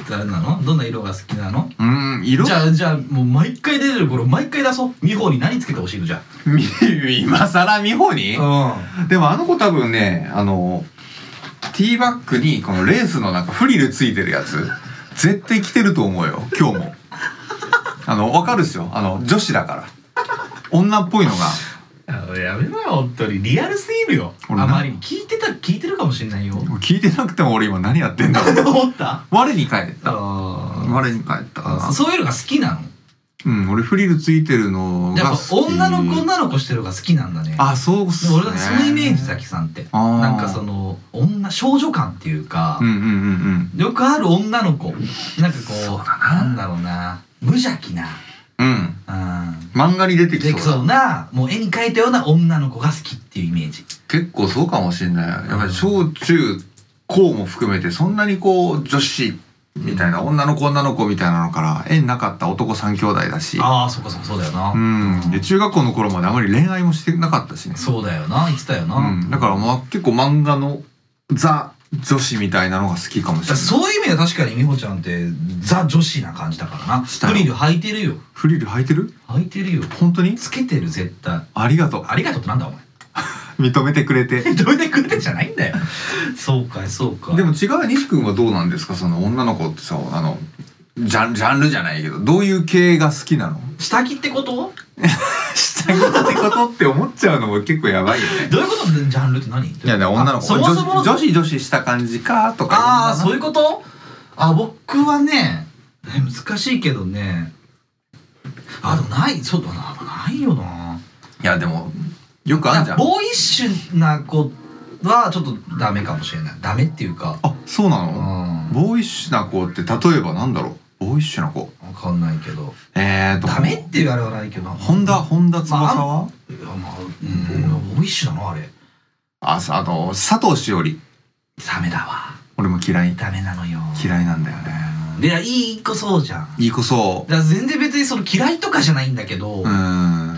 誰なの？どんな色が好きなの？ うーん色じゃあじゃあもう毎回出てる頃毎回出そう。美穂に何つけてほしいのじゃみ今更美穂に、 あ。 でもあの子多分ねあのティーバッグにこのレースのなんかフリルついてるやつ絶対着てると思うよ今日も。あの分かるっすよ、あの女子だから女っぽいのが。 やめろよ本当にリアルすぎるよ。あまりに聞いてた聞いてるかもしれないよ。 聞いてなくても俺今何やってんだろう思った？ 我に返ったあ我に返ったあ。そういうのが好きなの？ うん俺フリルついてるのがやっぱ好き。 女の子女の子してるのが好きなんだね。 あそうっすね。 俺はそのイメージザキさんってあーなんかその女少女感っていうか、 うんうんうんよくある女の子なんかこうそうだななんだろうな無邪気な、 うんうんうん、 漫画に出てきそうだ。 できそうなもう絵に描いたような女の子が好きっていうイメージ。 結構そうかもしれない。やっぱり小中高も含めてそんなにこう女子みたいな、女の子女の子みたいなのから縁なかった男三兄弟だし。 ああそっかそっかそうだよな。 うんで中学校の頃まであまり恋愛もしてなかったしね。 そうだよな言ってたよな、 うん、だからまあ結構漫画のザ女子みたいなのが好きかもしれない。 そういう意味では確かに美穂ちゃんってザ女子な感じだからな。 したよフリル履いてるよフリル履いてる？ 履いてるよ。 本当に？ つけてる絶対。 ありがとう。 ありがとうってなんだお前。 認めてくれて。 どうでくれてんじゃないんだよ。そうかいそうか。 でも違う西君はどうなんですか、その女の子ってさ、あのジャンジャンルじゃないけどどういう系が好きなの？ 下着ってこと？ 下着ってことって思っちゃうのも結構やばいよね。 どういうことでジャンルって何？いいやね女の子そもそもの女子女子した感じかとか。 ああそういうこと？あ僕はね難しいけどね。あでもないそうだなないよな。 いやでもよくあんじゃん。 ボーイッシュな子はちょっとダメかもしれない。ダメっていうか。 あそうなうの？ ん。 ボーイッシュな子って例えばなんだろう。ボーイッシュな子。 わかんないけど。 えーと。 ダメっていうあれはないけど。 本田本田翼は？ いやまあうんボーイッシュなのあれ。 ああの佐藤栞里。 ダメだわ。 俺も嫌い。 ダメなのよ。 嫌いなんだよね。 でいやいい子そうじゃん。 いい子そだから全然別にその嫌いとかじゃないんだけど。 う。うん。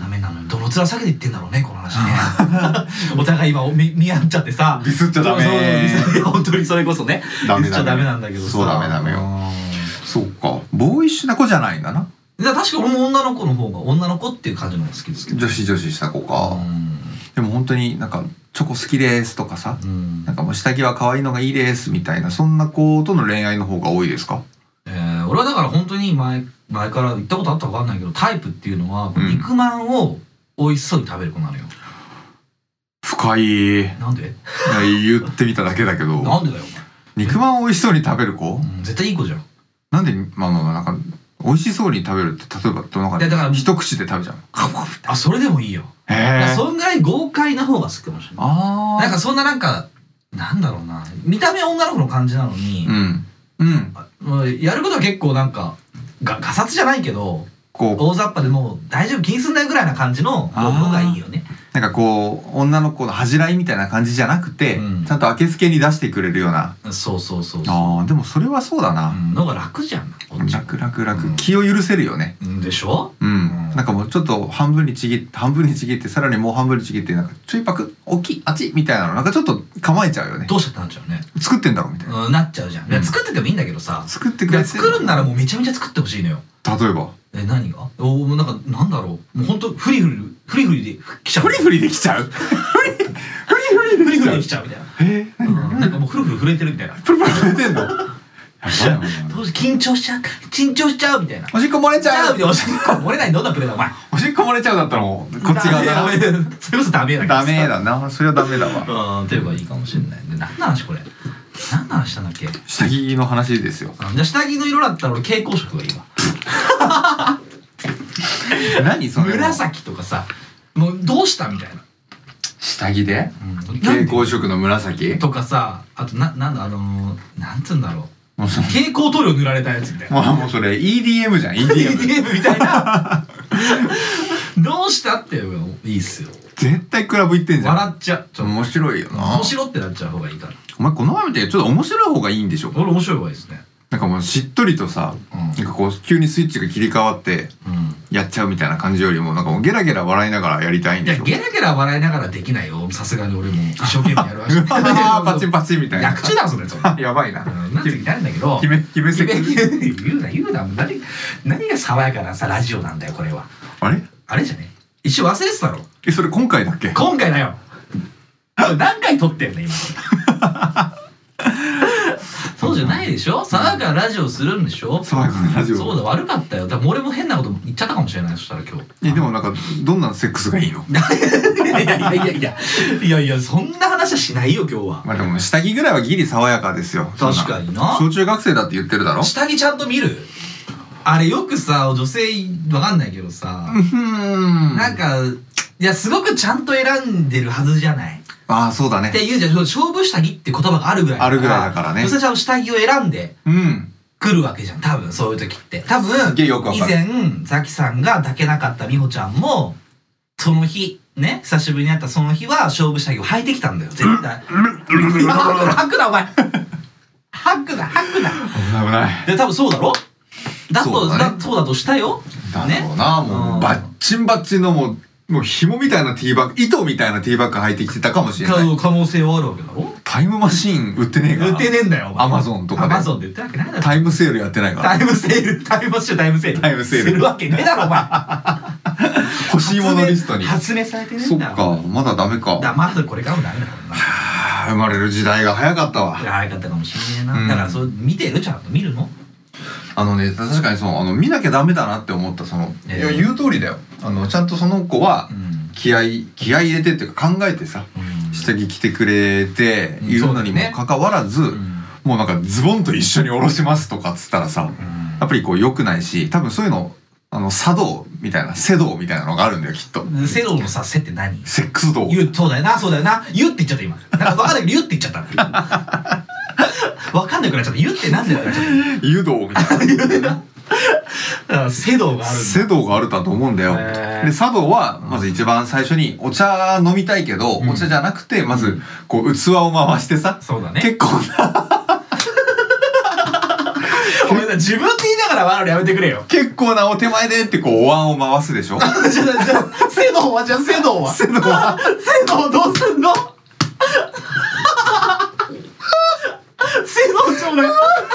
ダメなのよ。どの面下げて言ってんだろうねこの話ね。お互い今見見合っちゃってさ。 ディスっちゃダメ。 そうそうディスいや本当にそれこそね。 ダメディスっちゃダメなんだけどさ。 そうダメダメよ。 うんそっか。ボーイッシュな子じゃないんだな。 いや確か俺も女の子の方が女の子っていう感じの方が好きですけど。 女子女子した子か。 うんでも本当になんかチョコ好きですとかさ、 うんなんかもう下着は可愛いのがいいですみたいなそんな子との恋愛の方が多いですか？ えー、俺はだから本当に前前から言ったことあったか分かんないけどタイプっていうのは、 うん肉まんを美味しそうに食べる子なのよ。 深い。いやなんで？ 言ってみただけだけど。 なんでだよお肉まん美味しそうに食べる子？ 前、うん、絶対いい子じゃん。 なんでまあまあまあなんか美味しそうに食べるって例えばどの中でいやだから一口で食べちゃう。 あそれでもいいよ。 へだからえ。 そんぐらい豪快な方が好きかもしれない。 ああ。 なんかそんななんかなんだろうな見た目は女の子の感じなのに、 うんうんもうやることは結構なんかがガサツじゃないけどこう大雑把でもう大丈夫気にすんなよぐらいな感じの方がいいよね。 なんかこう女の子の恥じらいみたいな感じじゃなくて、 うんちゃんとあけすけに出してくれるような。 そうそうそうそう。 ああでもそれはそうだな。 うんのが楽じゃんこっち。 楽楽楽、 うん気を許せるよね。 うんでしょ？ うん、 うんなんかもうちょっと半分にちぎって半分にちぎってさらにもう半分にちぎってなんかちょいパク大きいあっちみたいなのなんかちょっと構えちゃうよね。 どうしたってなっちゃうね。 作ってんだろみたいな、 うんなっちゃうじゃん。いやうん作っててもいいんだけどさ。 作ってくいやれて作るんならもうめちゃめちゃ作ってほしいのよ。 例えばえ何が？おもうなんかなんだろう。もう本当フリフリフリフリできちゃう。 フリフリできちゃうフリフリフリフリフリできちゃうできちゃうみたいな。 えー、何うんなんかもうフルフル震えてるみたいな。 プルプル触れてんのやばいなどうし緊張しちゃう緊張しちゃうみたいな。 おしっこ漏れちじゃゃうあみたいなおしっこ漏れないどんなプレーだお前。 おしっこ漏れちゃうだったらもうこっち側だな。 ダメそれこそダメだけどさダメだな、それはダメだわ。 うんっていうかいいかもしれない。で何の話これ何の話したんだっけ？ 下着の話ですよ。 あじゃあ下着の色だったら俺蛍光色がいいわ。 何それ？ 紫とかさもうどうしたみたいな。 下着でうん蛍光色の紫とかさあとななんだあのー、なんつうんだろうもうそ蛍光塗料塗られたやつみたいな。 もうもうそれ イーディーエム じゃん イーディーエムイーディーエム みたいな。どうしたっていうのがいいっすよ。 絶対クラブ行ってんじゃん。 笑っちゃう。ちょっと面白いよな。 面白ってなっちゃう方がいいから。 お前この前みたいにちょっと面白い方がいいんでしょ。 俺面白い方がいいですね。 なんかもうしっとりとさ、 うんなんかこう急にスイッチが切り替わってうんやっちゃうみたいな感じよりもなんかもうゲラゲラ笑いながらやりたいんいやでしょ。 ゲラゲラ笑いながらできないよ、さすがに俺も一生懸命やるわけパチンパチンみたいな。 役中だろそれ。 やばいな。 なんてなんだけど、 決め決めせ言うな言うな、何何が爽やかなさラジオなんだよこれは。 あれあれじゃね、一瞬忘れてたろ。 え、それ今回だっけ？ 今回だよ。何回撮ってんの今。そうじゃないでしょ。爽やかなラジオするんでしょ。 爽やかなラジオ。 そうだ、悪かったよ。だから俺も変なこと言っちゃったかもしれない。そしたら今日。 え、でもなんかどんなセックスがいいの？ いやいやいやいやいやいやいや、そんな話はしないよ今日は。 まあでも下着ぐらいはギリ爽やかですよ。 確かにな。 小中学生だって言ってるだろ。 下着ちゃんと見る？あれよくさ、女性わかんないけどさ、なんかいやすごくちゃんと選んでるはずじゃない。 ああ、そうだね。 って言うじゃん。勝負下着って言葉があるぐらいあるぐらいだからね。 女性ちゃんと下着を選んでうん来るわけじゃん。多分そういう時って多分以前ザキさんが抱けなかった美穂ちゃんもその日ね、久しぶりに会ったその日は勝負下着を履いてきたんだよ絶対。吐くなお前。吐くな吐くな。 危ない危ない。 で多分そうだろ。だとそうだね。 そうだとしたよ。 だろうな。もうバッチンバッチンのもうもう紐みたいなティーバッグ、糸みたいなティーバッグ履いてきてたかもしれない。 可能性はあるわけだろ。 タイムマシーン売ってねえから。 売ってねえんだよ。 アマゾンとかで。 アマゾンで売ってるわけないだろ。 タイムセールやってないから。 タイムセール、タイムマッシュタイムセール。 タイムセール。 するわけねえだろお前。 欲しいものリストに。 発明されてねえそっんだよ。 か、まだダメか。 だまだこれからもダメだからな。 はあ、生まれる時代が早かったわ。 早かったかもしんねえな。だからそれ見てるちゃんと見るの？ あのね、確かにそう、あの見なきゃダメだなって思ったその、いや言う通りだよ。あのちゃんとその子は気合気合い入れてっていうか考えてさ、下着着てくれているのにもかかわらず、もうなんかズボンと一緒に下ろしますとかっつったらさ、やっぱりこう良くないし、多分そういうのあの茶道みたいなセ道みたいなのがあるんだよきっと。 セ道のさ、セって何？ セックス道。 言う、そうだよな、そうだよな。言うって言っちゃった今。なんか分かんないけど言うって言っちゃった。分かんなくなっちゃった。言うってなんだよ。 湯道みたいな。 セ道があるんだ。 セ道があるだと思うんだよ。で茶道はまず一番最初にお茶飲みたいけど、お茶じゃなくてまずこう器を回してさ、 そうだね。結構な。 お前さ自分で言いながら笑うのやめてくれよ。 結構なお手前でってこうお椀を回すでしょ。じゃあじゃあセ道はじゃあセ道はセ道はセ道どうすんの？セ道ちょうだい。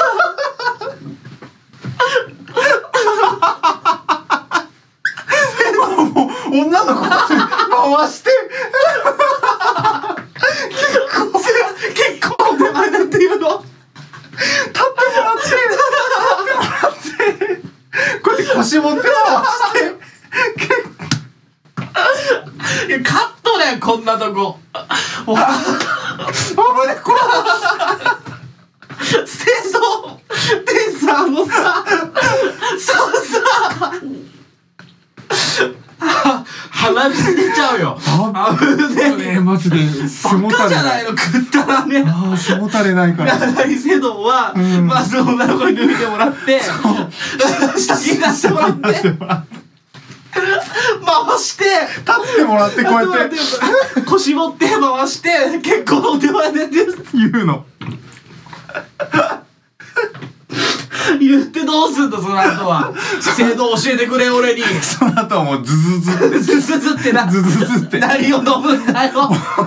もう女の子たち回して結構結構手前だっていうの。 立ってもらって立ってもらってこうやって腰持って回していやカットだよこんなとこ。 危ねこれセ道でさあのさそうさ鼻水出ちゃうよ。危ねえマジで背もたれない。バカじゃないの食ったらね。 ああ背もたれないから。 何セ道は、うん、まず女の子に脱いでもらって下着出してもらって回して立ってもらってこうやって腰持って回して結構お手前で言うの。 言ってどうすんだその後は。制度教えてくれ俺に。 その後はもうズズズってズズズってな。 ズズズって何を飲むんだよ。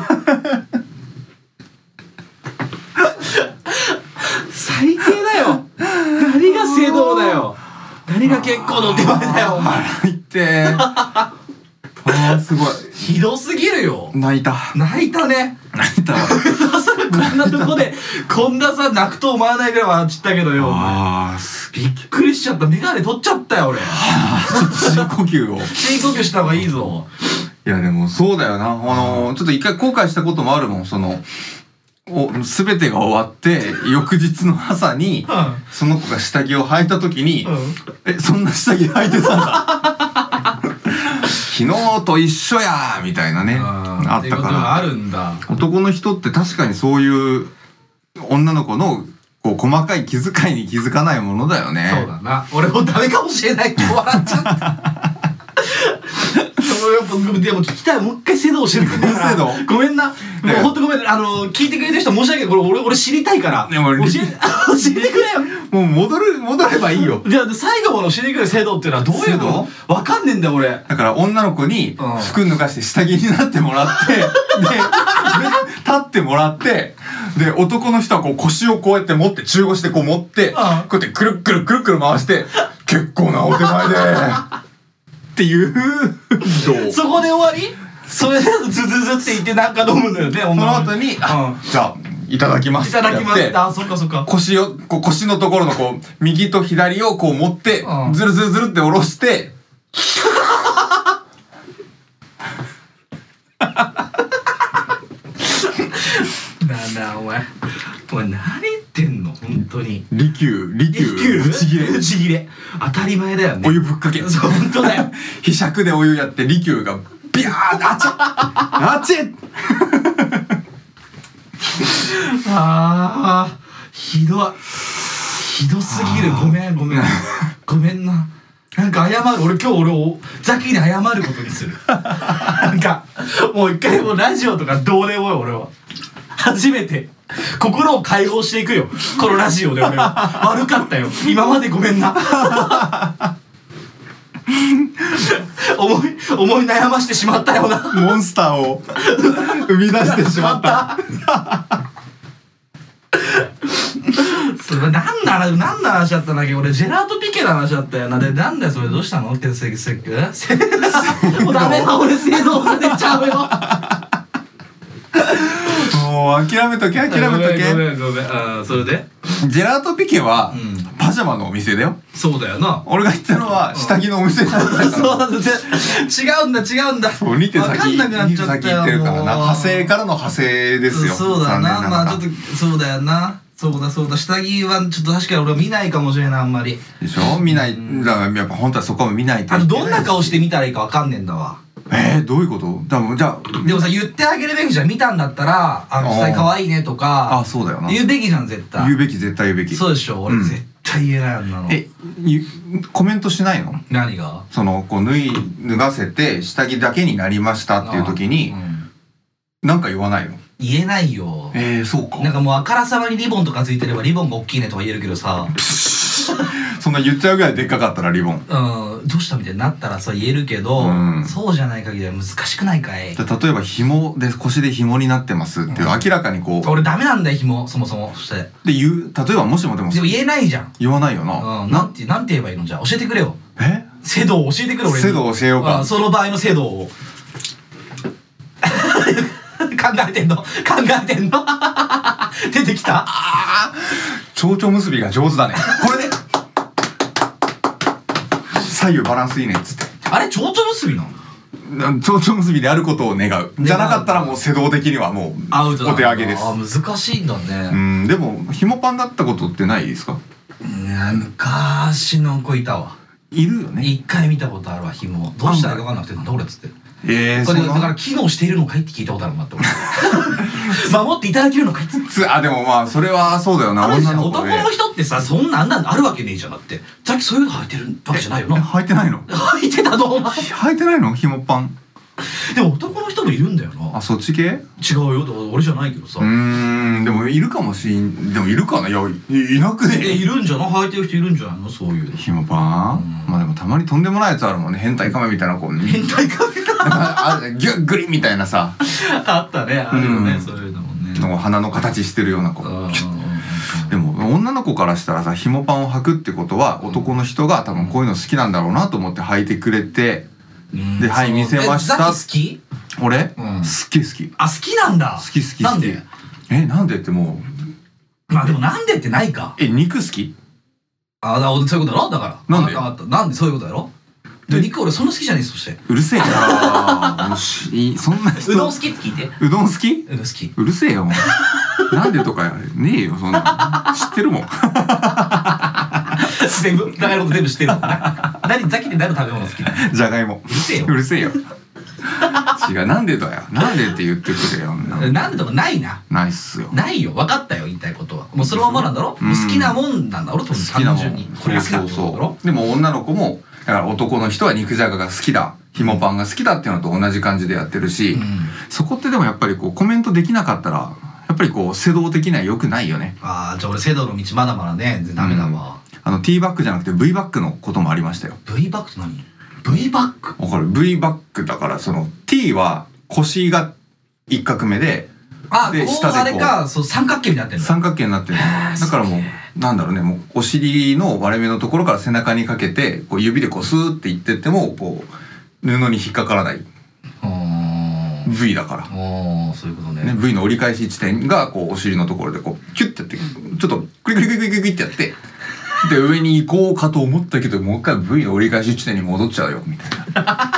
最低だよ。何が制度だよ。何が結構の手前だよお前。 言ってあーすごいひどすぎるよ。 泣いた泣いたね。 泣いたわ。 こんなとこでこんなさ泣くと思わないぐらい笑っちゃったけどよ。 あびっくりしちゃった。眼鏡取っちゃったよ俺。 深呼吸を深呼吸した方がいいぞ。 いやでもそうだよな。あのちょっと一回後悔したこともあるもん。そのお全てが終わって翌日の朝に、うん、その子が下着を履いた時に、うん、えそんな下着履いてたんだ昨日と一緒やみたいなねあったから。 あるんだ。 男の人って確かにそういう女の子のこう細かい気遣いに気づかないものだよね。 そうだな。俺もダメかもしれないって笑っちゃったでも聞きたい、もう一回制度教えてくれるから。ごめんな。もうほんとごめん。あの聞いてくれてる人申し訳ない。これ俺俺知りたいから。教え教えてくれよ。 もう戻る戻ればいいよ。 じゃあ最後まで教えてくれる制度っていうのはどういうの？わかんねえんだよ俺。 だから女の子に服脱がして下着になってもらって、で立ってもらって、で男の人はこう腰をこうやって持って中腰でこう持って、こうやってくるくるくるくる回して、結構なお手前でっていうそこで終わり？それでズズズって言ってなんか飲むのよね。 その後に、じゃあいただきますいただきますって。あ、そっかそっか。 腰をこう腰のところのこう右と左をこう持ってズルズルズルって下ろして。 なんだお前。お前何言ってんの本当に。 利休利休ブチギレブチギレ。当たり前だよね。 お湯ぶっかけ。 そう本当だよ。 ひしゃくでお湯やって利休がビャーあちゃあちっ。 ああひどいひどすぎる。ごめんごめんごめんな。なんか謝る。俺今日俺をザキに謝ることにする。なんかもう一回もうラジオとかどうでもいい。俺は初めて心を解放していくよこのラジオで。俺は悪かったよ今まで。ごめんな。思い思い悩ましてしまったよな。 モンスターを生み出してしまった。 それ何の話何の話だったんだっけ。俺ジェラートピケの話だったよな。でなんだよそれ。どうしたの？ケンセキセックもうダメだ俺制度が出ちゃうよ。 もう諦めとけ諦めとけ。 ごめんごめん。あそれでジェラートピケはパジャマのお店だよ。 そうだよな。 俺が言ったのは下着のお店だったから。 そうなんだ。違うんだ違うんだ。 そうにて先にて先行ってるからな。派生からの派生ですよ。 そうだな。まあちょっとそうだよな。そうだそうだ。下着はちょっと確かに俺は見ないかもしれないあんまり。 でしょ。見ない。だからやっぱ本当はそこも見ないと。 あとどんな顔して見たらいいかわかんねえんだわ。 えー、どういうこと？だじゃあでもさ言ってあげるべきじゃん。見たんだったらあ下着可愛いねとか。 あそうだよな。 言うべきじゃん絶対。 言うべき絶対言うべき。 そうでしょ。俺絶対言えないあんなの。 えコメントしないの？ 何が？ そのこう脱い脱がせて下着だけになりましたっていう時になんか言わないの？ 言えないよ。 えー、そうか。 なんかもうあからさまにリボンとかついてればリボンが大きいねとか言えるけどさ。 そんな言っちゃうぐらいでっかかったらリボン。 うん、どうしたみたいになったらさ言えるけど、うん、そうじゃない限りは難しくないかい。 じゃ例えば紐で腰で紐になってますっていう、うん、明らかにこう。 俺ダメなんだよ紐そもそも。そしてで言う例えばもしもでもでも言えないじゃん。 言わないよな。 うん、なんてなんて言えばいいの？じゃあ教えてくれよ。 え？ 制度を教えてくれ俺に。 制度を教えようか。 その場合の制度を。考えてんの考えてんの出てきた。 あ蝶々結びが上手だね。これで左右バランスいいねっつって。 あれ蝶々結びなの？ 蝶々結びであることを願う。じゃなかったらもう世道的にはもうアウトだ。 お手上げです。 あ難しいんだね。 うんでも紐パンだったことってないですか？ うん昔の子いたわ。 いるよね。 一回見たことあるわ紐。どうしたらいいか分かんなくてなんだ俺っつって。 ええこれだから機能しているのかいって聞いたことあるなって思って守っていただけるのかいっつあでもまあそれはそうだよな。 女の子で男の人ってさそんなんなんあるわけねえじゃん。だってさっきそういうの履いてるわけじゃないよな。 履いてないの？ 履いてたのお前。 履いてないの紐パン。 でも男の人もいるんだよな。 あそっち系？違うよ。だから俺じゃないけどさ。 うーんでもいるかもしん。でもいるかな。いや い, いなくねえ。 いるんじゃない？履いてる人いるんじゃないのそういう紐パン、うん、まあでもたまにとんでもないやつあるもんね。変態カメみたいな子に変態カメあギュッグリみたいなさあったね。あるよね、うん、そういうのもね。 の鼻の形してるような子。でも女の子からしたらさ紐パンを履くってことは男の人が多分こういうの好きなんだろうなと思って履いてくれて、うん、ではい見せました。 ザキ好き？ 俺、うん、好き好き。 あ好きなんだ。 好き好き好き。 なんで？ えなんでってもうまあでもなんでってないか。 え肉好き？ あだそういうことだろ。だからなんでなんでそういうことだろ。で肉俺そんな好きじゃねえ。そしてうるせえな。もしそんな人うどん好きって聞いて。 うどん好き？ うどん好き。 うるせえよ。なんでとかねえよそんな。知ってるもん。 全部長いこと全部知ってるもんね。何ザキって何の食べ物好きなの？ じゃがいも。 うるせえよ。 うるせえよ。違うなんでだよ。なんでって言ってくれよ。 なんでとかないな。 ないっすよ。 ないよ。分かったよ言いたいことは。もうそのままなんだろ。もう好きなもんなんだろ。単純にこれが好きなんだろ。 でも女の子もだから男の人は肉じゃがが好きだひもパンが好きだっていうのと同じ感じでやってるし、 うん、 そこってでもやっぱりこうコメントできなかったらやっぱりこう世道的には良くないよね。 ああ、じゃあ俺世道の道まだまだねダメだわ、うん、 あの T バックじゃなくて V バックのこともありましたよ。 V バックって何？ V バックわかる？ V バックだからその T は腰が一画目で、 あでこうあれかそう三角形になってるんだ。 三角形になってる。だからもうなんだろうね、もうお尻の割れ目のところから背中にかけてこう指でこうスーっていってってもこう布に引っかからない V だから。 ああそういうことね。 ね V の折り返し地点がこうお尻のところでこうキュッてやってちょっとクリクリクリクリクリってやってで上に行こうかと思ったけどもう一回 V の折り返し地点に戻っちゃうよみたいな。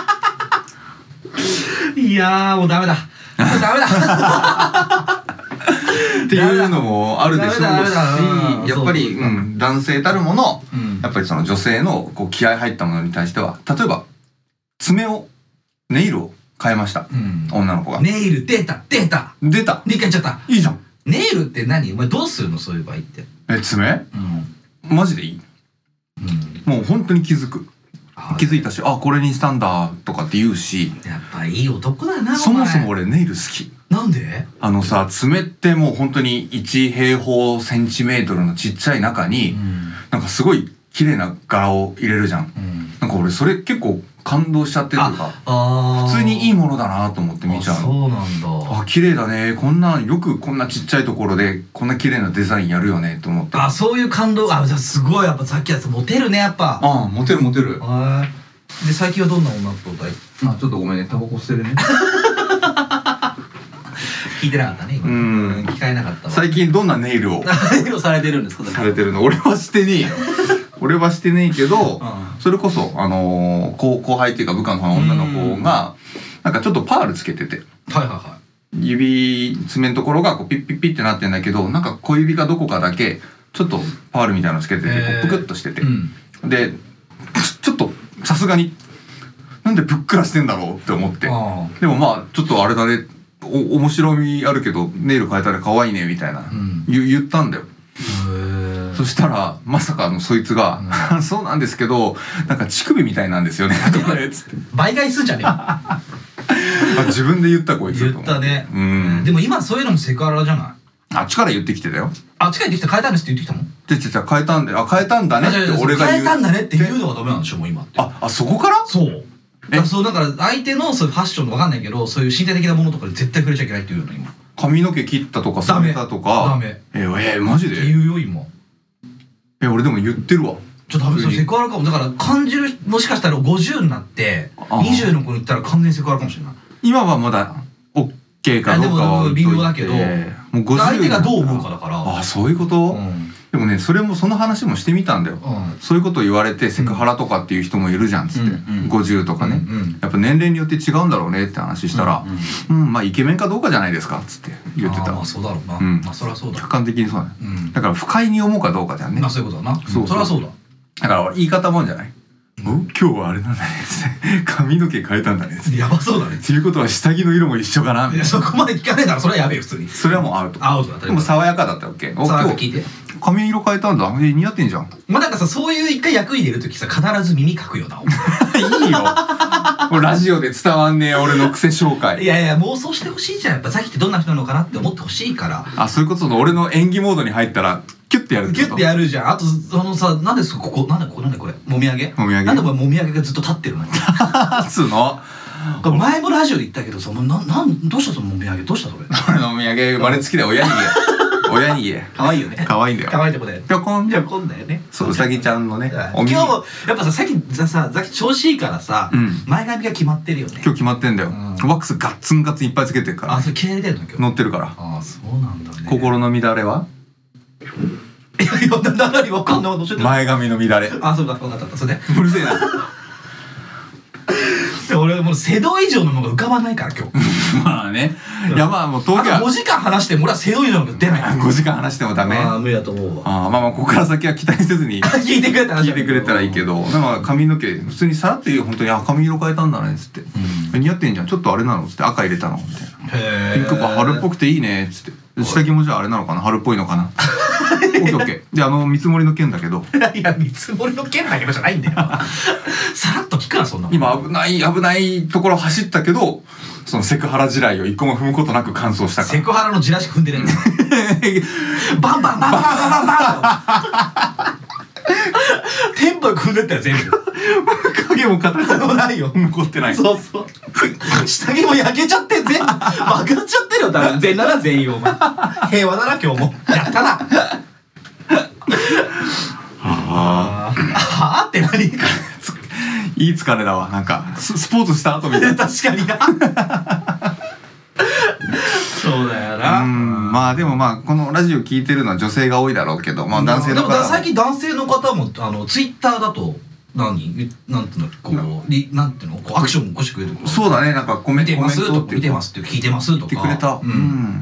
いやーもうダメだもうダメだっていうのもあるでしょうし、やっぱり、 ううん、男性たるもの、 うん、 やっぱりその女性のこう気合入ったものに対しては、例えば爪をネイルを変えました、うん、女の子が。 ネイル出た出た出たでっかいっちゃった。 いいじゃん。 ネイルって何？お前どうするのそういう場合って。 え爪？うん、マジでいい、うん、もう本当に気づく。気づいたし、あこれにしたんだとかって言うし、 やっぱいい男だな。 そもそも俺ネイル好き。 なんで？あのさ、爪ってもう本当にいち平方センチメートルのちっちゃい中に、うん、なんかすごい綺麗な柄を入れるじゃん、うん、なんか俺それ結構感動しちゃってるとか、普通にいいものだなと思って見ちゃうの。 そうなんだ。 あ綺麗だね、こんなよくこんなちっちゃいところでこんな綺麗なデザインやるよねと思って。 あそういう感動。あじゃあすごいやっぱさっきやつモテるねやっぱ。 あモテるモテる。 で最近はどんな女とだい？ あちょっとごめんね、タバコ吸ってるね。 聞いてなかったね今。うん聞かえなかったわ。 最近どんなネイルをネイルをされてるんですか？ されてるの。俺はしてねえよ。俺はしてねえけど、うん、それこそあのー、後後輩っていうか部下の女の子がなんかちょっとパールつけてて、 はいはいはい、 指爪のところがこうピッピッピッってなってんだけど、なんか小指がどこかだけちょっとパールみたいなのつけてて、こうぷくっとしてて、うん、でちょっとさすがになんでぷっくらしてんだろうって思って、でもまあちょっとあれだね、お面白みあるけどネイル変えたら可愛いねみたいな、うん、言ったんだよ。そしたらまさかあのそいつが「うん、そうなんですけどなんか乳首みたいなんですよね」とかねつって倍返しすんじゃねえ自分で言ったこいつ。 言ったね。うんでも今そういうのもセクハラじゃない？ あっちから言ってきてたよ。 あっちから言ってきて変えたんですって言ってきたの？ でちょ変えたんで、あ変えたんだねって俺が言う。 変えたんだねって言うのがダメなんでしょもう今って。 ああそこから？ そう。だそうだから相手のそういうファッションわかんないけどそういう身体的なものとかで絶対触れちゃいけないって言うの今。 髪の毛切ったとか染めたとか。 ダメ。 えー、えー、マジで？ 言うよ今。 え俺でも言ってるわ。 ちょっとダメそうセクハラかも。だから感じるもしかしたらごじゅうになってにじゅうの子に言ったら完全にセクハラかもしれない。 今はまだ OK かどうかは微妙だけど、もうごじゅう相手がどう思うかだから。 あそういうこと、うん、でもねそれもその話もしてみたんだよ、うん、そういうことを言われてセクハラとかっていう人もいるじゃんっつって、うん、ごじゅうとかね、うんうん、やっぱ年齢によって違うんだろうねって話したら、うん、うんうん、まあイケメンかどうかじゃないですかっつって言ってた。 あまあそうだろうな、 うん、 まあそりゃそうだ。 客観的にそうだね、うん、だから不快に思うかどうかじゃんね。 まあそういうことだな。そうそうそりゃそうだ。 だから言い方もんじゃない。今日はあれなんだね髪の毛変えたんだねやばそうだねっていうことは下着の色も一緒かな。 いやそこまで聞かねえだろそれはやべえ普通に。 それはもうアウト。 アウトだった。 でも爽やかだったわけ。 爽やか聞いて。 髪色変えたんだ。え似合ってんじゃん。 まあなんかさそういう一回役入れるときさ必ず耳かくよな。 いいよもうラジオで伝わんねえ俺の癖紹介。 いやいや妄想してほしいじゃん。やっぱさっきってどんな人なのかなって思ってほしいから。 あそういうことの俺の演技モードに入ったらキュッてやるってこと。 キュッてやるじゃん。あとそのさなんでここなんでここなんでこれもみあげ。 もみあげ。 なんでこれもみあげがずっと立ってるの。 つうの。 前もラジオで言ったけどそのななんどうしたそのもみあげどうしたそれ。 俺のもみあげ生まれつきで親に言え。親に言え。 可愛いよね。 可愛いんだよ。 可愛いとこで。 ぴょこん。 ぴょこんだよね。 そううさぎちゃんのね。 今日もやっぱささっきさささっき調子いいからさ前髪が決まってるよね。 今日決まってんだよ。ワックスガッツンガッツンいっぱいつけてるから。 あそれ気合入れてんの今日。 乗ってるから。 あそうなんだね。 心の乱れは？ いやいや何わかんない。 前髪の乱れ。 あそうだ分かったそれで。 うるせえな。 俺もう瀬戸以上のものが浮かばないから今日。 まあね。いやまあもう東京。 あとごじかん話しても俺は瀬戸以上のもの出ない。 ごじかん話してもダメ。 ああ無理だと思うわ。 ああまあまあここから先は期待せずに聞いてくれたら聞いてくれたらいいけど、でも髪の毛普通にさらって言う本当にあ髪色変えたんだねっつって、似合ってんじゃんちょっとあれなのっつって赤入れたのみたいな。ピンクっぽ春っぽくていいねっつって。下着もじゃああれなのかな春っぽいのかな。 ケーオッケー。であの見積もりの件だけど。 いや見積もりの件だけどじゃないんだよ。さらっと聞くなそんな。 今危ない危ないところ走ったけど、そのセクハラ地雷を一個も踏むことなく完走したから。 セクハラの地雷しか踏んでねえんだよ。バンバンバンバンバンバンバン。テンポよく踏んでったよ全部。 影も形もないよ。 残ってない。 そうそう。下着も焼けちゃって全部爆発しちゃってるよ多分。全裸な全員お前。平和だな今日も。やったな。 はあ。 はあって何？ いい疲れだわ。なんかス, スポーツした後みたいな。 確かにな。そうだよな。 うん、まあでもまあこのラジオ聞いてるのは女性が多いだろうけど、まあ男性の方も。 でも最近男性の方もあのツイッターだと何なんていうのこうリなんていうのこうアクションを起こしてくれるとか。 そうだね、なんかコメント見てますとか見てますって聞いてますとか言ってくれた。 うん。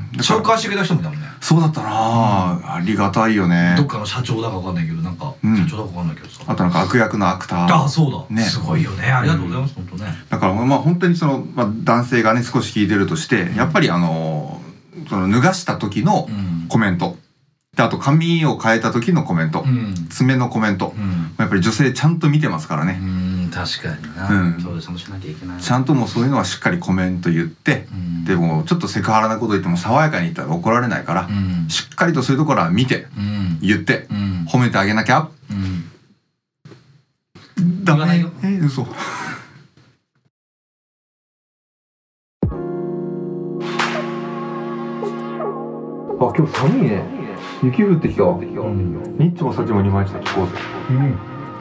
紹介してくれた人もいたもんね。 そうだったな。ありがたいよね。 どっかの社長だかわかんないけどなんか社長だかわかんないけどさ。 あとなんか悪役のアクター。 ああそうだ。 ね。 すごいよね。ありがとうございます本当ね。 だからまあ本当にそのまあ男性がね少し聞いてるとしてやっぱりあのその脱がした時のコメント。であと髪を変えた時のコメント、爪のコメント、やっぱり女性ちゃんと見てますからね。 うん確かにな。そうちゃんとしなきゃいけない。ちゃんともうそういうのはしっかりコメント言って、でもちょっとセクハラなこと言っても爽やかに言ったら怒られないから、しっかりとそういうところは見て言って褒めてあげなきゃ。ダメないよ。え嘘。あ今日寒いね。雪降ってきた。ニッチもサチもにまいして聞こうぜ。うん。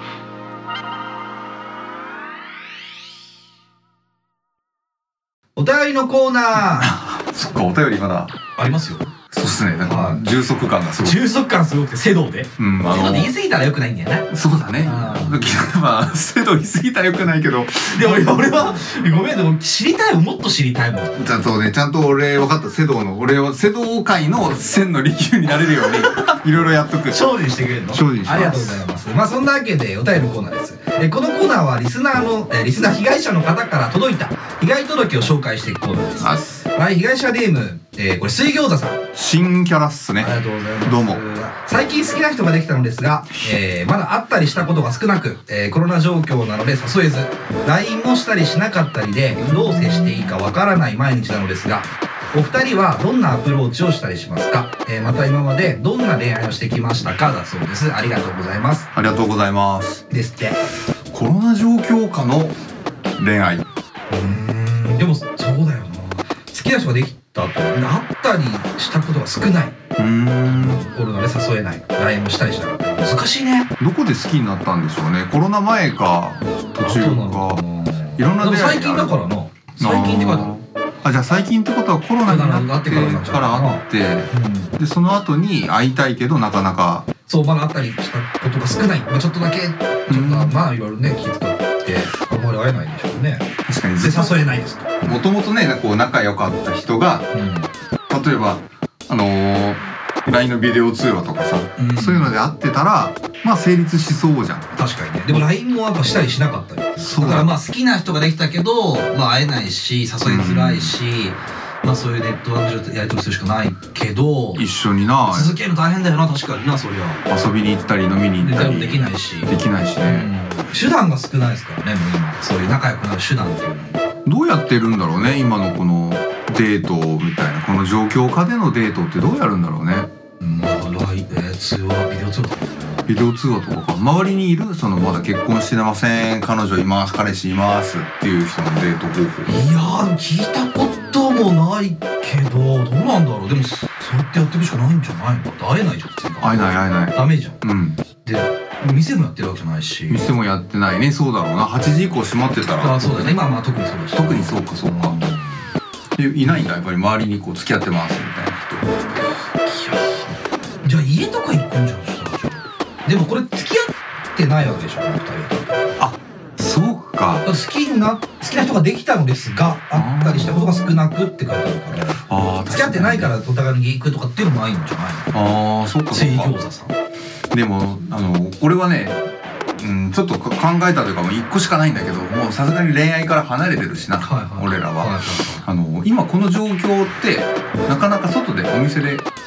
お便りのコーナー。 そっかお便りまだありますよ。 そうっすね。なんか充足感がすごい。 充足感すごくてセドで。 うん。あの言い過ぎたら良くないんだよね。 そうだね。まあセド言い過ぎたら良くないけど。 でも俺はごめんでも知りたいもっと知りたいもん。 ちゃんとねちゃんと俺分かったセドの俺はセド界の線の利休になれるようにいろいろやっとく。 精進してくれるの。 精進します。 ありがとうございます。まあそんなわけでお便りのコーナーです。えこのコーナーはリスナーのえリスナー被害者の方から届いた被害届を紹介していくコーナーです。はい、被害者ネーム、えー、これ水餃子さん。 新キャラっすね。 ありがとうございます。 どうも。 最近好きな人ができたのですが、えー、まだ会ったりしたことが少なく、えー、コロナ状況なので誘えず ライン もしたりしなかったりでどう接していいかわからない毎日なのですが、お二人はどんなアプローチをしたりしますか？えー、また今までどんな恋愛をしてきましたかだそうです。ありがとうございます。 ありがとうございます。 ですって。 コロナ状況下の恋愛。うーん、でもそうだよな。好きな人ができたと会ったりしたことが少ない。うーん。コロナで誘えない。ライン もしたりしなかった。難しいね。 どこで好きになったんでしょうね。コロナ前か途中か。いろんな出会いがある。 最近だからな。最近って書いてある。 あ、じゃあ最近ってことはコロナになってから会って、うん、でその後に会いたいけどなかなかそうまだ会ったりしたことが少ない、まあ、ちょっとだけちょっと、うん、まあいろいろね気遣ってあんまり会えないでしょうね。 確かにで誘えないですと。 もともとねこう仲良かった人が、うん、例えばあのー、ライン のビデオ通話とかさ、うん、そういうので会ってたらまあ成立しそうじゃん。 確かにね。でも ライン もやっぱしたりしなかったり。だからまあ好きな人ができたけど、まあ、会えないし誘いづらいし、うん、まあそういうネットワーク上やり取りするしかないけど一緒にな続けるの大変だよな。確かにな。そりゃ遊びに行ったり飲みに行ったりできないしできないしね、 うん、手段が少ないですからね。もう今そういう仲良くなる手段っていうのもどうやってるんだろうね。今のこのデートみたいなこの状況下でのデートってどうやるんだろうね。 まあライン、えー、通話ビデオ通話とかビデオ通話とかか。周りにいるそのまだ結婚してません彼女います彼氏いますっていう人のデート方法。 いやーでも聞いたこともないけどどうなんだろう。でもそうやってやっていくしかないんじゃないの。だって会えないじゃん。 会えない会えないダメじゃん。 うん。 で店もやってるわけじゃないし。 店もやってないね。そうだろうな。はちじ以降閉まってたら。 あそうだね。今はまあ特にそうだし。 特にそうかそうか。でいないんだやっぱり周りにこう付き合ってますみたいな人。 いやじゃあ家とか行くんじゃん。でもこれ付き合ってないわけでしょこのふたりは。 あそうか。 好きな好きな人ができたのですが会ったりしたことが少なくって書いてあるから。あ付き合ってないからお互いに行くとかっていうのもないんじゃないの。 ああそうか水餃子さん。 でもあの俺はね、うん、ちょっと考えたというかもういっこしかないんだけどもうさすがに恋愛から離れてるしな、はいはい、俺らは、はいはいはい、あの今この状況ってなかなか外でお店で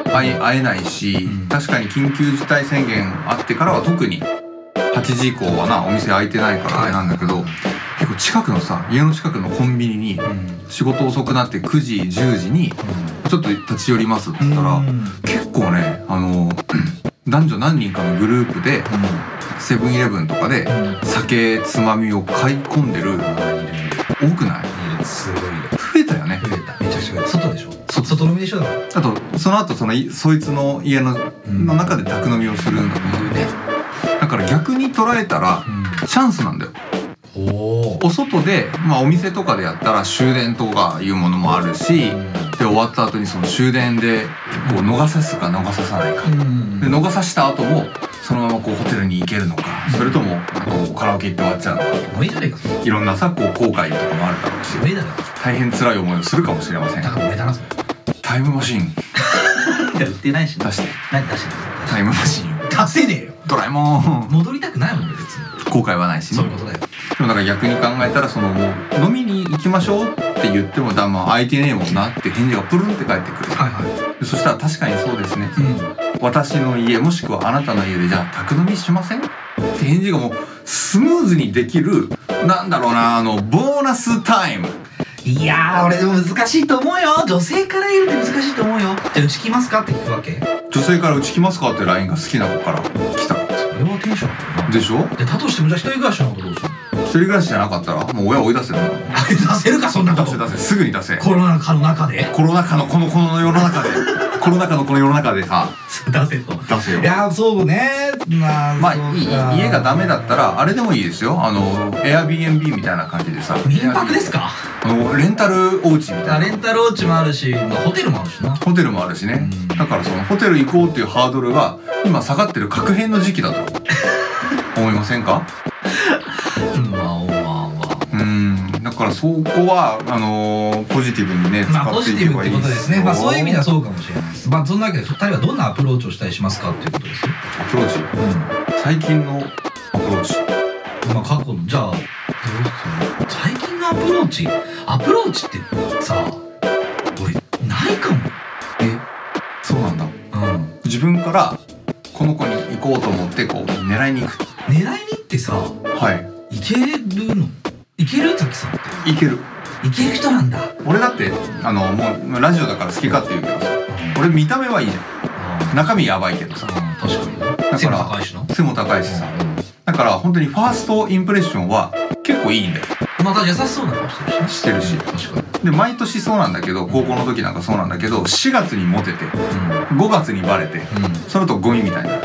会え会えないし、 うん確かに緊急事態宣言あってからは特にはちじ以降はなお店開いてないからあれなんだけど、結構近くのさ家の近くのコンビニにうん仕事遅くなってくじじゅうじにちょっと立ち寄りますって言ったら、 うん結構ねあの男女何人かのグループでセブンイレブンとかでうん酒つまみを買い込んでる多くない？ いるすごいいる増えたよね。 増えためちゃくちゃ増えた外でしょそ外飲みでしょだからあとその後そのいそいつの家の,、 うんの中で宅飲みをするんだと思う。 言うねだから逆に捉えたらチャンスなんだよ。 おおお外で、まあ、お店とかでやったら終電とかいうものもあるし、で終わった後にその終電でこう逃さすか逃ささないか、 うんで逃さした後もそのままこうホテルに行けるのか、それともこうカラオケ行って終わっちゃうのかとか、 もういいじゃねえかそれいろんなさこう後悔とかもあるだろうし、 無理だろ大変辛い思いをするかもしれません。 だから無理だなそれタイムマシン売ってないし出して、 何出してんのタイムマシン出せねえよドラえもん戻りたくないもんね別に後悔はないしね。 そういうことだよでもだから逆に考えたらそのもう飲みに行きましょうって言ってもだまあ空いてねえもんなって返事がプルンって返ってくる。 はいはいでそしたら確かにそうですね、 うん私の家もしくはあなたの家でじゃあ宅飲みしませんって返事がもうスムーズにできる、なんだろうなあのボーナスタイム。 いやー俺でも難しいと思うよ女性から言うと難しいと思うよじゃあうち来ますかって聞くわけ女性からうち来ますかって ライン が好きな子から来たそれはテンション上がるなでしょ。 でだとしてもじゃあ一人暮らしのことどうするの一人暮らしじゃなかったらもう親追い出せるの。 出せるかそんなこと出せ出せすぐに出せ。 コロナ禍の中でコロナ禍のこのこの世の中でコロナ禍のこの世の中でさ出せと出せよ。 いやーそうねまあまあそうかいい家がダメだったらあれでもいいですよ。あの Airbnb みたいな感じでさ、 民泊ですかあのレンタルお家みたいな。 レンタルお家もあるし、まあ、ホテルもあるしなホテルもあるしね、 うんだからそのホテル行こうっていうハードルが今下がってる確変の時期だと思いませんか？ うんまあまあまあうんだからそこはあのーポジティブにねまあポ使ってジティブっていけばいいことですね。まあそういう意味ではそうかもしれないです。まあそんなわけでふたりはどんなアプローチをしたりしますかっていうことですよ。 アプローチ、 う最近のアプローチん。まあ過去のじゃあどうする最近のアプローチアプローチってさ俺ないかも。 えそうなんだ。 うん。 自分からこの子に行こうと思ってこう狙いに行く。 狙いに行ってさはいいけるの？いけるザキさんって。 いける。 いける人なんだ。 俺だってあのもうラジオだから好き勝手言うけどさ、俺見た目はいいじゃん。中身やばいけどさ、 確かにね。 から背も高いしな。 背も高いしさ、だから本当にファーストインプレッションは結構いいんだよ。 また優しそうな顔してるしね。 してるし、 確かに。 で毎年そうなんだけど、高校の時なんかそうなんだけど、しがつにモテてごがつにバレて、 うん。うん。 その後ゴミみたいになる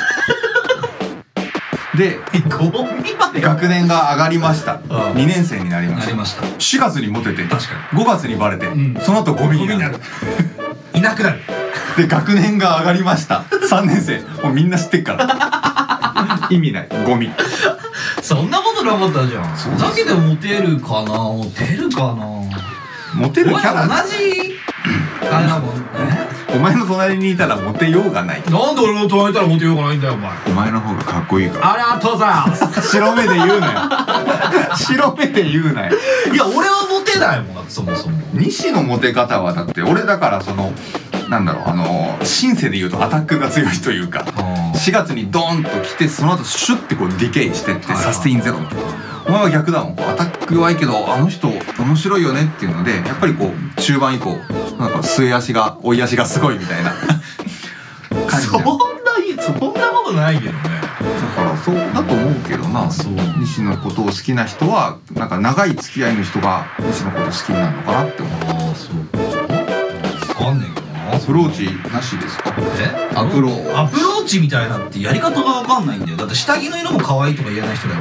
でゴミまで学年が上がりました、 うんにねん生になりました。 なりました。 しがつにモテて確かごがつにバレて、 うんその後ゴミになるいなくなる。 で学年が上がりましたさんねん生、もうみんな知ってっから意味ないゴミ。 そんなことなかったじゃん。 そうだけでモテるかなモテるかなモテるキャラ同じあれだもんね。 お前の隣にいたらモテようがない。 なんで俺の隣いたらモテようがないんだよお前。 お前の方がかっこいいからありがとうございます白目で言うなよ白目で言うなよ。 いや俺はモテないもんだってそもそも。 西のモテ方はだって俺だからそのなんだろう、あのシンセで言うとアタックが強いというか、しがつにドーンと来てその後シュッてこうディケイしてってサステインゼロみたいな。お前は逆だもん。こうアタック弱いけどあの人面白いよねっていうので、やっぱりこう中盤以降なんか末足が追い足がすごいみたいな感じじゃん。 そんなそんなことないけどね。 だからそうだと思うけどな。 そう西のことを好きな人はなんか長い付き合いの人が西のこと好きになるのかなって思う。 ああそうか。わかんねえけどな。 アプローチなしですか？ えアプローアプローチみたいなってやり方がわかんないんだよ。だって下着の色も可愛いとか言えない人だよ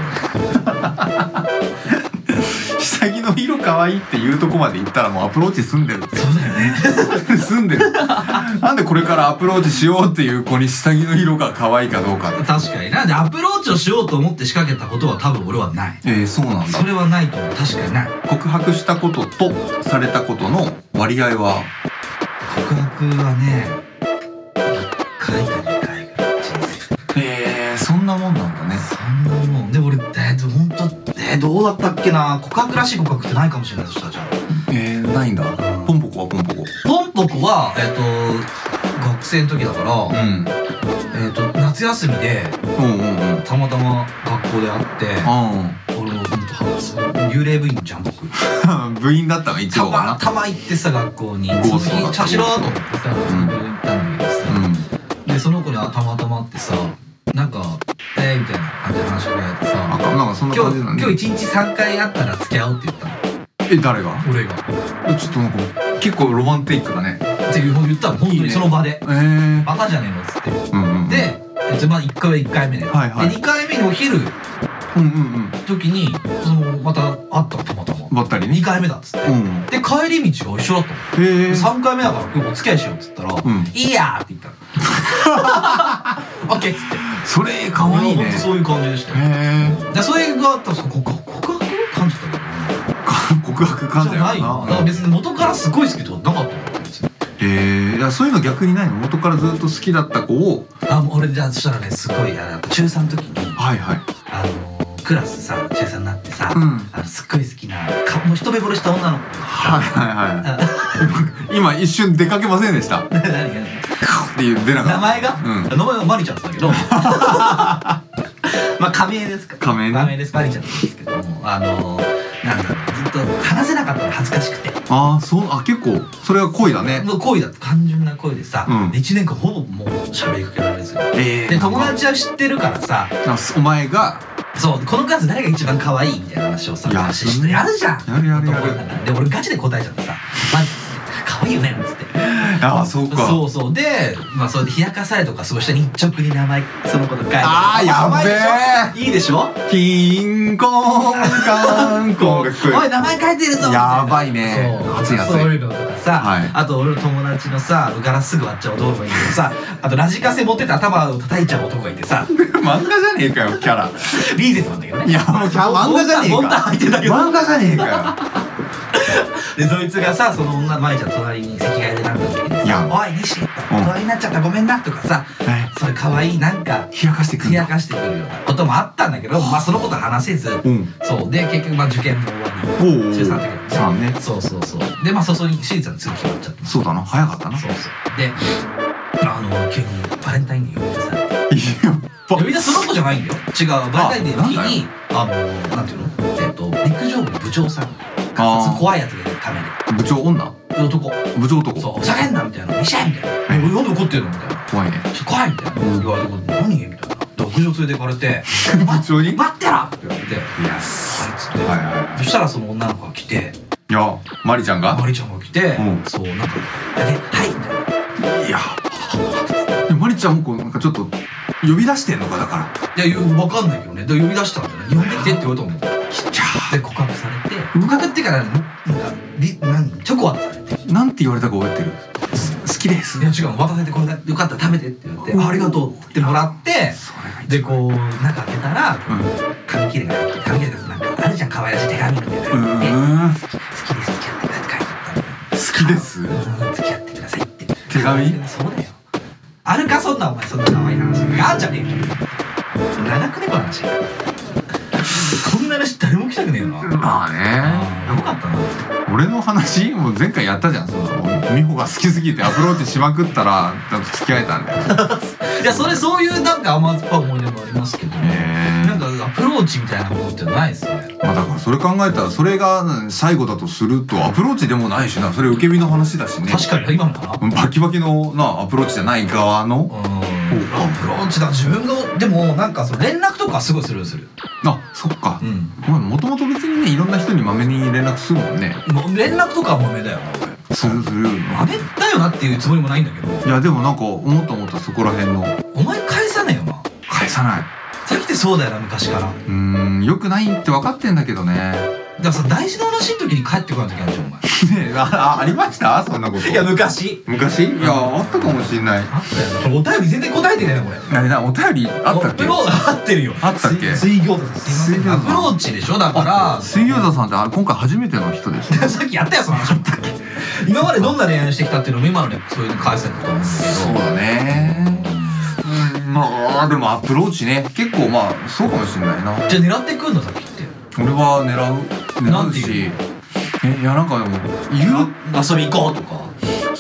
下着の色可愛いっていうとこまで行ったらもうアプローチ済んでるって。 そうだよね。 済んでる。なんでこれからアプローチしようっていう子に下着の色が可愛いかどうかって。 確かになんでアプローチをしようと思って仕掛けたことは多分俺はない。 えー、そうなんだそ。れはないと思う。確かにない。 告白したこととされたことの割合は告白はねいっかいかにかいぐらい人生。 えー、そんなもんなんだね。 そんなもんで俺えー、とほんとえー、どうだったっけな。告白らしい告白ってないかもしれない。そしたらじゃあえー、ないんだ。ポンポコはポンポコ。 ポンポコはえっ、と学学生の時だから、 うん、 えっと夏休みでたまたま学校で会って、俺もほんと幽霊部員じゃん僕部員だったの一応たまたま行ってさ学校にその日茶色だと思ってさ行ったんだけどさ、でその子にたまたま会ってさ、なんか「えー」みたいな感じで話しかけられてさ、 なんかそんな感じなんで、 今日いちにちさんかい会ったら付き合おうって言ったの。 え、誰が？俺が。 ちょっとなんか結構ロマンティックだねって言ったの、本当にその場で。バカじゃねえのっつって。でまあいっかいはいっかいめで、でにかいめにお昼時にそのまた会ったのたまたまばったりね、 にかいめだっつって、で帰り道が一緒だったの。さんかいめだからお付き合いしようっつったら「いいや!」って言ったの。オッケーっつって。 それかわいいね。 そういう感じでしたよ。でそれがあったら告白感じたけど、 告白感じゃないな。 だから別に元からすごい好きとかなかったの。 へえ、いやそういうの逆にないの？元からずっと好きだった子を。あ、 俺じゃあそしたらね、すごいあの中さんの時に、 はいはい、 あのクラスさ中さんになってさ、あのすっごい好きなもう一目惚れした女の子。 はいはいはい。今一瞬出かけませんでした。何が？っていう出なかった。 名前が？名前はマリちゃんだけど。まあ仮名ですか。 仮名ね。 仮名です。マリちゃんなんですけども、あのなんだろう、ずっと話せなかったの恥ずかしくて。 ああ、そう、あ、結構それは恋だね。 恋だ、単純な恋でさ、いちねんかんほぼもう喋りかけられず、で友達は知ってるからさ、 お前がそうこのクラス誰が一番可愛いみたいな話をさ、やるじゃん。 やるやるやる。 で俺ガチで答えちゃってさ、マジ可愛いよねっつって。 ああ、そうか。 そうそうで、まあそれで冷やかされとかそうした日直に名前そのこと書いて。 ああ、やべえ。 いいでしょ。 キンコンカンコンが聞こえる。 おい名前書いてるぞ。 やばいね。 そういうのとかさ、あと俺の友達のさ、ガラスすぐ割っちゃう男がいてさ、あとラジカセ持ってて頭を叩いちゃう男がいてさ、 漫画じゃねえかよキャラ。 リーゼントなんだけどね。いやもう漫画じゃねえか。 モンター入ってんだけど。 漫画じゃねえかよ。 でそいつがさ、その女の舞ちゃん隣に席替えでなんだ時にさ「おい西隣になっちゃったごめんな」とかさ、それ可愛いなんか冷やかしてくる冷やかしてくるようなこともあったんだけど、まあそのこと話せず、そうで結局まあ受験も終わり、中さんの時さんね。 そうそうそう。でまあ早々に私立の次決まっちゃった。 そうだな、早かったな。 そうそうであの急にバレンタインデー呼び出されて、呼び出すその子じゃないんだよ、違うバレンタインデーの日にあのなんていうの、えっと陸上部の部長さんが怖いやつがいるためで、 部長女？ 男。 部長男。 そう、ふざけんなみたいな、「にしゃい!」みたいな「なんで怒ってるの?」みたいな「 怖いね、 怖い!」みたいな言われて「何?」みたいな屋上連れて行かれて「 部長に待ってろ!」って言われて「 いやっす」 っつって、そしたらその女の子が来て、 いやマリちゃんがマリちゃんが来て、そうなんか「ではい」みたいな、いやマリちゃんもこうなんかちょっと呼び出してんのかだから。 いや分かんないけどね、で呼び出したんだよね、呼んできてって言われたもん。で告白されて、告白ってからなんかリ何チョコ渡されて、 なんて言われたか覚えてる？好きです。 いや違う、渡されてこれよかったら食べてって言って、ありがとうってもらって、でこう中開けたら紙切れが入って、紙切れがなんかあるじゃん、可愛らしい手紙みたいなのがあって、好きです付き合ってくださいって書いてあったのよ。 好きです。 付き合ってくださいって手紙？ そうだよ。あるかそんなお前そんな可愛い話があんじゃねえよ。長くねこの話。こんな話誰も来たくねえよな。まあね。よかったな。 俺の話もう前回やったじゃん。その美穂が好きすぎてアプローチしまくったら付き合えたんだよ。 いやそれそういうなんか甘酸っぱい思い出もありますけど、なんかアプローチみたいなものってないですね。 まあだからそれ考えたらそれが最後だとするとアプローチでもないしな。それ受け身の話だしね。 確かに今のかな。 バキバキのなアプローチじゃない側の。 アプローチだ。自分がでもなんかその連絡とかすごいするする。 あ、そっか。もともと別にねいろんな人にまめに連絡するもんね。 もう連絡とかはまめだよな俺。 するする。 まめだよなっていうつもりもないんだけど。 いやでもなんか思った思ったそこら辺の。 お前返さねえよな。 返さない。 さっきってそうだよな昔から。うーん、よくないって分かってんだけどね。 だからさ大事な話の時に帰ってこない時あるじゃんお前。 ねえ、あありましたそんなこと。 いや昔。 昔？いやあったかもしれない。 あったよ。お便り全然答えてないなこれ。 あれなお便りあったっけ？ アプローチ合ってるよ。 あったっけ？ 水餃子すいません。アプローチでしょだから。 水餃子さんって今回初めての人です。 さっきやったよその話。今までどんな恋愛してきたっていうのも今のねそういうの返せたと思うんだけど。 そうだね。まあでもアプローチね結構まあそうかもしれないな。 じゃあ狙ってくんのさっきって。 俺は狙う狙うし、えいやなんかでも言う遊び行こうとか。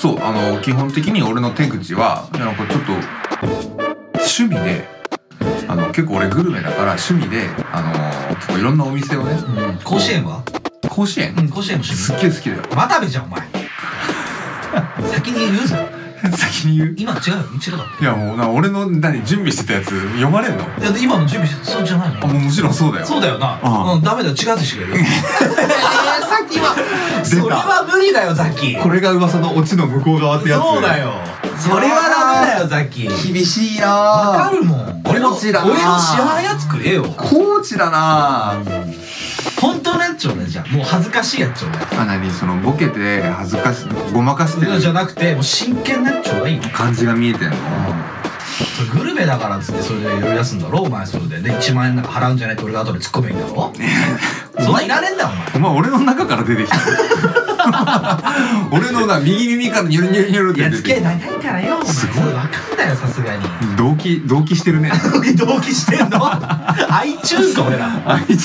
そうあの基本的に俺の手口はなんかちょっと趣味であの結構俺グルメだから趣味であの結構いろんなお店をね、 うん、甲子園は甲子園、 うん、甲子園の趣味すっげえ好きだよ。 渡部じゃんお前先に言うぞ先に言う。 今違うよ違うだいやもうな俺の何準備してたやつ読まれんの？ いや今の準備してそうじゃないの？ あもうもちろんそうだよ。 そうだよな。 うん、 うん、ダメだよ違うやつしてくれる。さっきはそれは無理だよザキ。 これが噂のオチの向こう側ってやつ。 そうだよ。それはダメだよザキ。 厳しいな。 わかるもん。 俺の知らん。 俺の知らないやつ食えよ。 コーチだな。 本当のやっちょうねじゃあもう恥ずかしいやっちょうね。 あ何そのボケて恥ずかしごまかしてるじゃなくてもう真剣なやっちょうがいいよ。 感じが見えてんの。 それグルメだからっつってそれで呼び出すんだろお前それででいちまんえんなんか払うんじゃないって俺が後で突っ込めばいいんだろ。そんなんいらねえんだよお前。 お前俺の中から出てきた。俺のな右耳からニュルニュルニュルって出てきた。 いや付け長いからよお前。 すごいわかんだよさすがに。 同期同期してるね。 同期してんのiTunes か俺ら。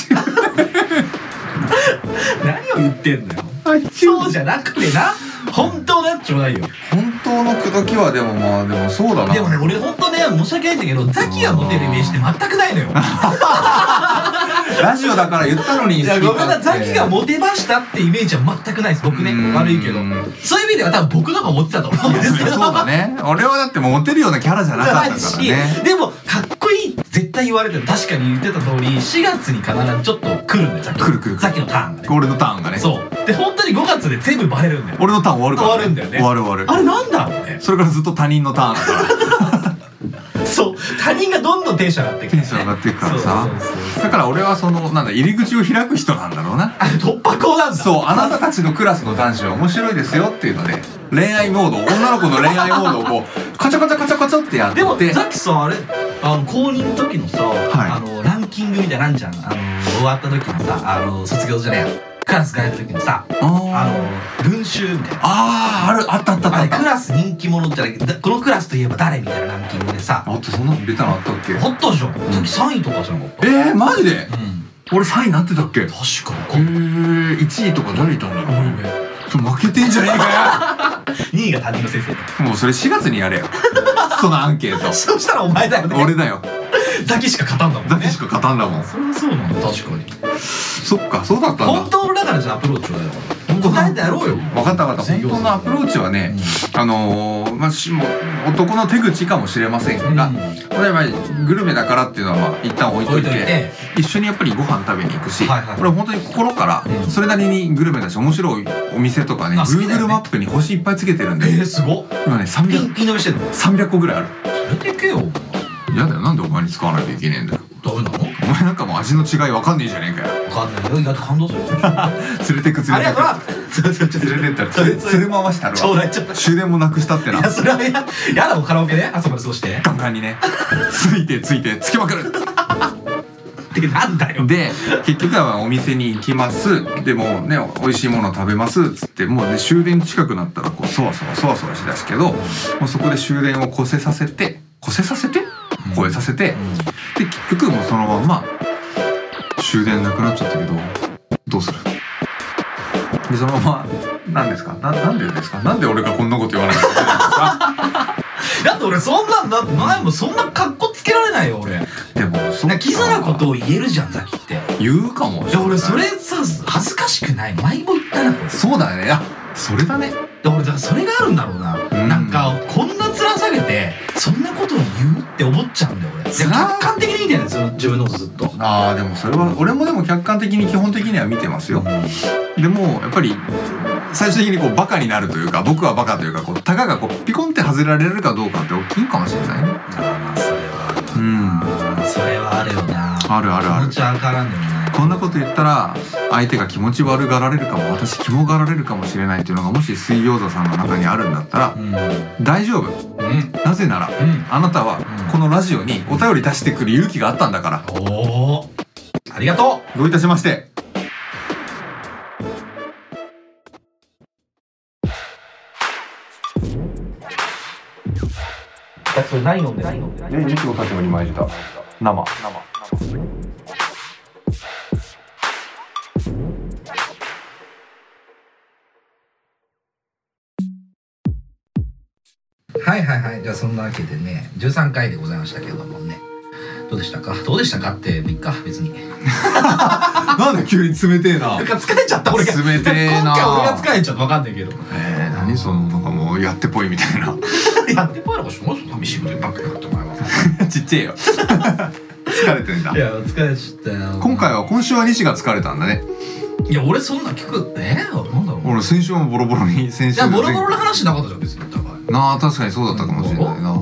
何を言ってんだよ。そうじゃなくてな本当のやっちょうだいよ。 本当の口説きはでもまあでもそうだな。 でもね俺本当ね申し訳ないんだけどザキがモテるイメージって全くないのよ。 ラジオだから言ったのに。 いやごめんなザキがモテましたってイメージは全くないです僕ね。悪いけどそういう意味では多分僕の方がモテたと思うんですけど。 そうだね。俺はだってモテるようなキャラじゃなかったからね。 でもかっこいい絶対言われてる。確かに言ってた通りしがつに必ずちょっと来るんだよザキ。 来る来るザキのターンがね。 俺のターンがね。 そうで本当にごがつで全部バレるんだよ。 俺のターン終わるから。 終わるんだよね。 終わる終わる。 あれなんだろうね。 それからずっと他人のターンだから。 そう他人がどんどんテンション上がっていく、 テンション上がっていくからさ。だから俺はそのなんだ入り口を開く人なんだろうな。 あ突破口なんだ。 そうあなたたちのクラスの男子は面白いですよっていうので恋愛モード女の子の恋愛モードをこうカチャカチャカチャカチャってやって。 でもザキさあれあの高にの時のさ、 はい、 あのランキングみたいなのあんじゃん。あの終わった時のさあの卒業じゃねえやクラス替えた時のさあの文集みたいな。 あああるあったあったあった。 あれクラス人気者じゃないこのクラスといえば誰みたいなランキングでさ。 あとそんなの出たのあったっけ。 あったじゃん。さっきさんいとかじゃなかった。 えーマジで。 うん俺さんいなってたっけ。 確かへに。 えいちいとか誰いたんだろう。 うん、 負けてんじゃねえかよ。 にいが担任の先生。 もうそれしがつにやれよ。そのアンケート。 そしたらお前だよね。 俺だよ。 ザキしか勝たんだもんね。 ザキしか勝たんだもん。 それはそうなんだ確かに。 そっかそうだったんだ。 本当のだからじゃあアプローチをだよ。答えてやろうよ。 分かった分かった。本当のアプローチはね、あのまあしも男の手口かもしれませんが、これはグルメだからっていうのはまあ一旦置いといて、一緒にやっぱりご飯食べに行くし、これは本当に心からそれなりにグルメだし面白いお店とかね、Google マップに星いっぱいつけてるんで。 えすごっ。 今ねさんびゃくピン伸びしてんのさんびゃっこぐらいある。 それでけよ。 やだよなんでお前に使わないといけねえんだよ。 ダメなの？ お前なんかもう味の違いわかんねえじゃねえかよ。 わかんないよ。意外と感動する。 連れてく連れてく。 ありがとうな。 連れてったら連れ回したるちょうわ。 だいちょうだい。 終電もなくしたってな。 いやそれはややだもんカラオケで朝まで過ごして。 ガンガンにね。ついてついてつきまくる。 てかなんだよ。 で結局はお店に行きます。でもね美味しいもの食べますっつってもうね終電近くなったらこうそわそわそわそわしだすけど、もうそこで終電を越せさせて越せさせて超えさせて、で結局もうそのまんま終電なくなっちゃったけどどうする。でそのまま何ですかななんでですかなんで俺がこんなこと言わなきゃいけないんですか。 だって俺そんなんだ前もそんな格好つけられないよ俺。 でもそキザなことを言えるじゃんザキって。 言うかもしれない。 いや俺それさ恥ずかしくない。前も言ったなこれ。 そうだね。あそれだね。 で俺だからそれがあるんだろうな、うん、なんかこんな面下げてそんなことを言うって思っちゃうんだよ俺。客観的に見てるんですよ自分のことずっと。 ああでもそれは俺もでも客観的に基本的には見てますよ、うん、でもやっぱり最終的にこうバカになるというか僕はバカというかこうタガがこうピコンって外れられるかどうかって大きいかもしれないね。 ああまあそれはある。 うんそれはあるよな。 あるあるある。 気持ちわからんでもない。 こんなこと言ったら相手が気持ち悪がられるかも私キモがられるかもしれないっていうのがもし水餃子さんの中にあるんだったら、うん、大丈夫、うん、なぜなら、うん、あなたはこのラジオにお便り出してくる勇気があったんだから。 おおありがとう。どういたしまして。 それ何飲んでる？ え、いつもさっきもにまいした生。 はいはいはい。じゃあそんなわけでね、じゅうさんかいでございましたけどもね、どうでしたかどうでしたかっていっか別になんで急に冷てえな。 なんか疲れちゃった俺が。 冷てえな。 今回俺が疲れちゃった分かんないけど。 えー、何そのなんかもうやってぽいみたいな。 やってぽいのかしら。寂しいこと言ったんだよってお前は。 ちっちゃいよ。疲れてんだ。 いや疲れちゃったよ。 今回は今週は西が疲れたんだね。 いや俺そんな聞くえー、なんだろう。 俺先週もボロボロに先週。 いやボロボロの話なかったじゃん別に。 なあ確かにそうだったかもしれないな。うん。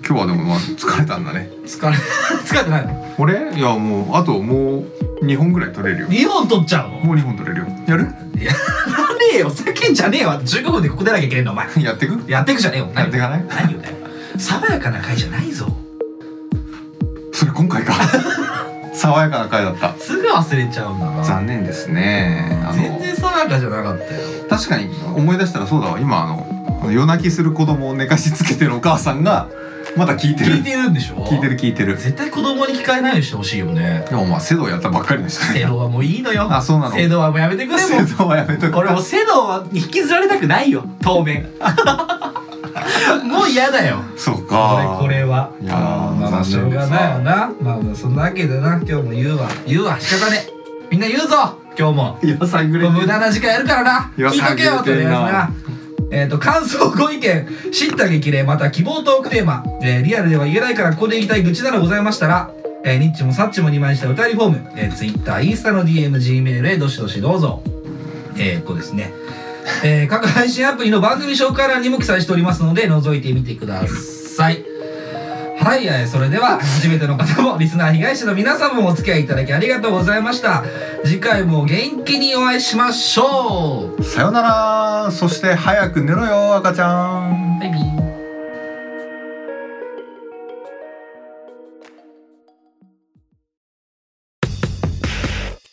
今日はでもまあ疲れたんだね。 疲れ疲れてないの？ 俺いやもうあともうにほんぐらい取れるよ。 にほん取っちゃうの？ もうにほん取れるよ。やる？ やらねえよ。ふざけんじゃねえわ。じゅうごふんでここ出なきゃいけないんだお前。 やってく？ やってくじゃねえよ。 やってかない？ 何言うんだよ。爽やかな回じゃないぞ。 それ今回か。爽やかな回だった。 すぐ忘れちゃうんだな。 残念ですね。あの全然爽やかじゃなかったよ。 確かに思い出したらそうだわ。今あの夜泣きする子供を寝かしつけてるお母さんがまだ聞いてる。 聞いてるんでしょ？ 聞いてる聞いてる。 絶対子供に聞かれないようにしてほしいよね。 でもまあセドやったばっかりでしたね。 セドはもういいのよ。 あ、そうなの。 セドはもうやめてくれもん。 セドはやめとく。 俺もうセドに引きずられたくないよ当面。もう嫌だよ。 そうか。 これは。 いやまあまあしょうがないよな。まあそんなわけでな今日も言うわ言うわ仕方ね。みんな言うぞ今日も。 いや探れて無駄な時間やるからな。聞いとけよとりあえずな。えーと感想ご意見知った激励また希望トークテーマ、えー、リアルでは言えないからここで言いたい愚痴などございましたら、えー、ニッチもサッチもにまいした歌いフォーム、えー、Twitter、インスタの ディーエム、G メールへどしどしどうぞ。えー、っとですね、えー、各配信アプリの番組紹介欄にも記載しておりますので覗いてみてください。はい、えー、それでは初めての方もリスナー被害者の皆さんもお付き合いいただきありがとうございました。次回も元気にお会いしましょう。 さよなら。そして早く寝ろよ赤ちゃん。 バイビー。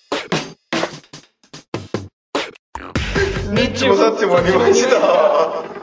ニッチもサッチもありました。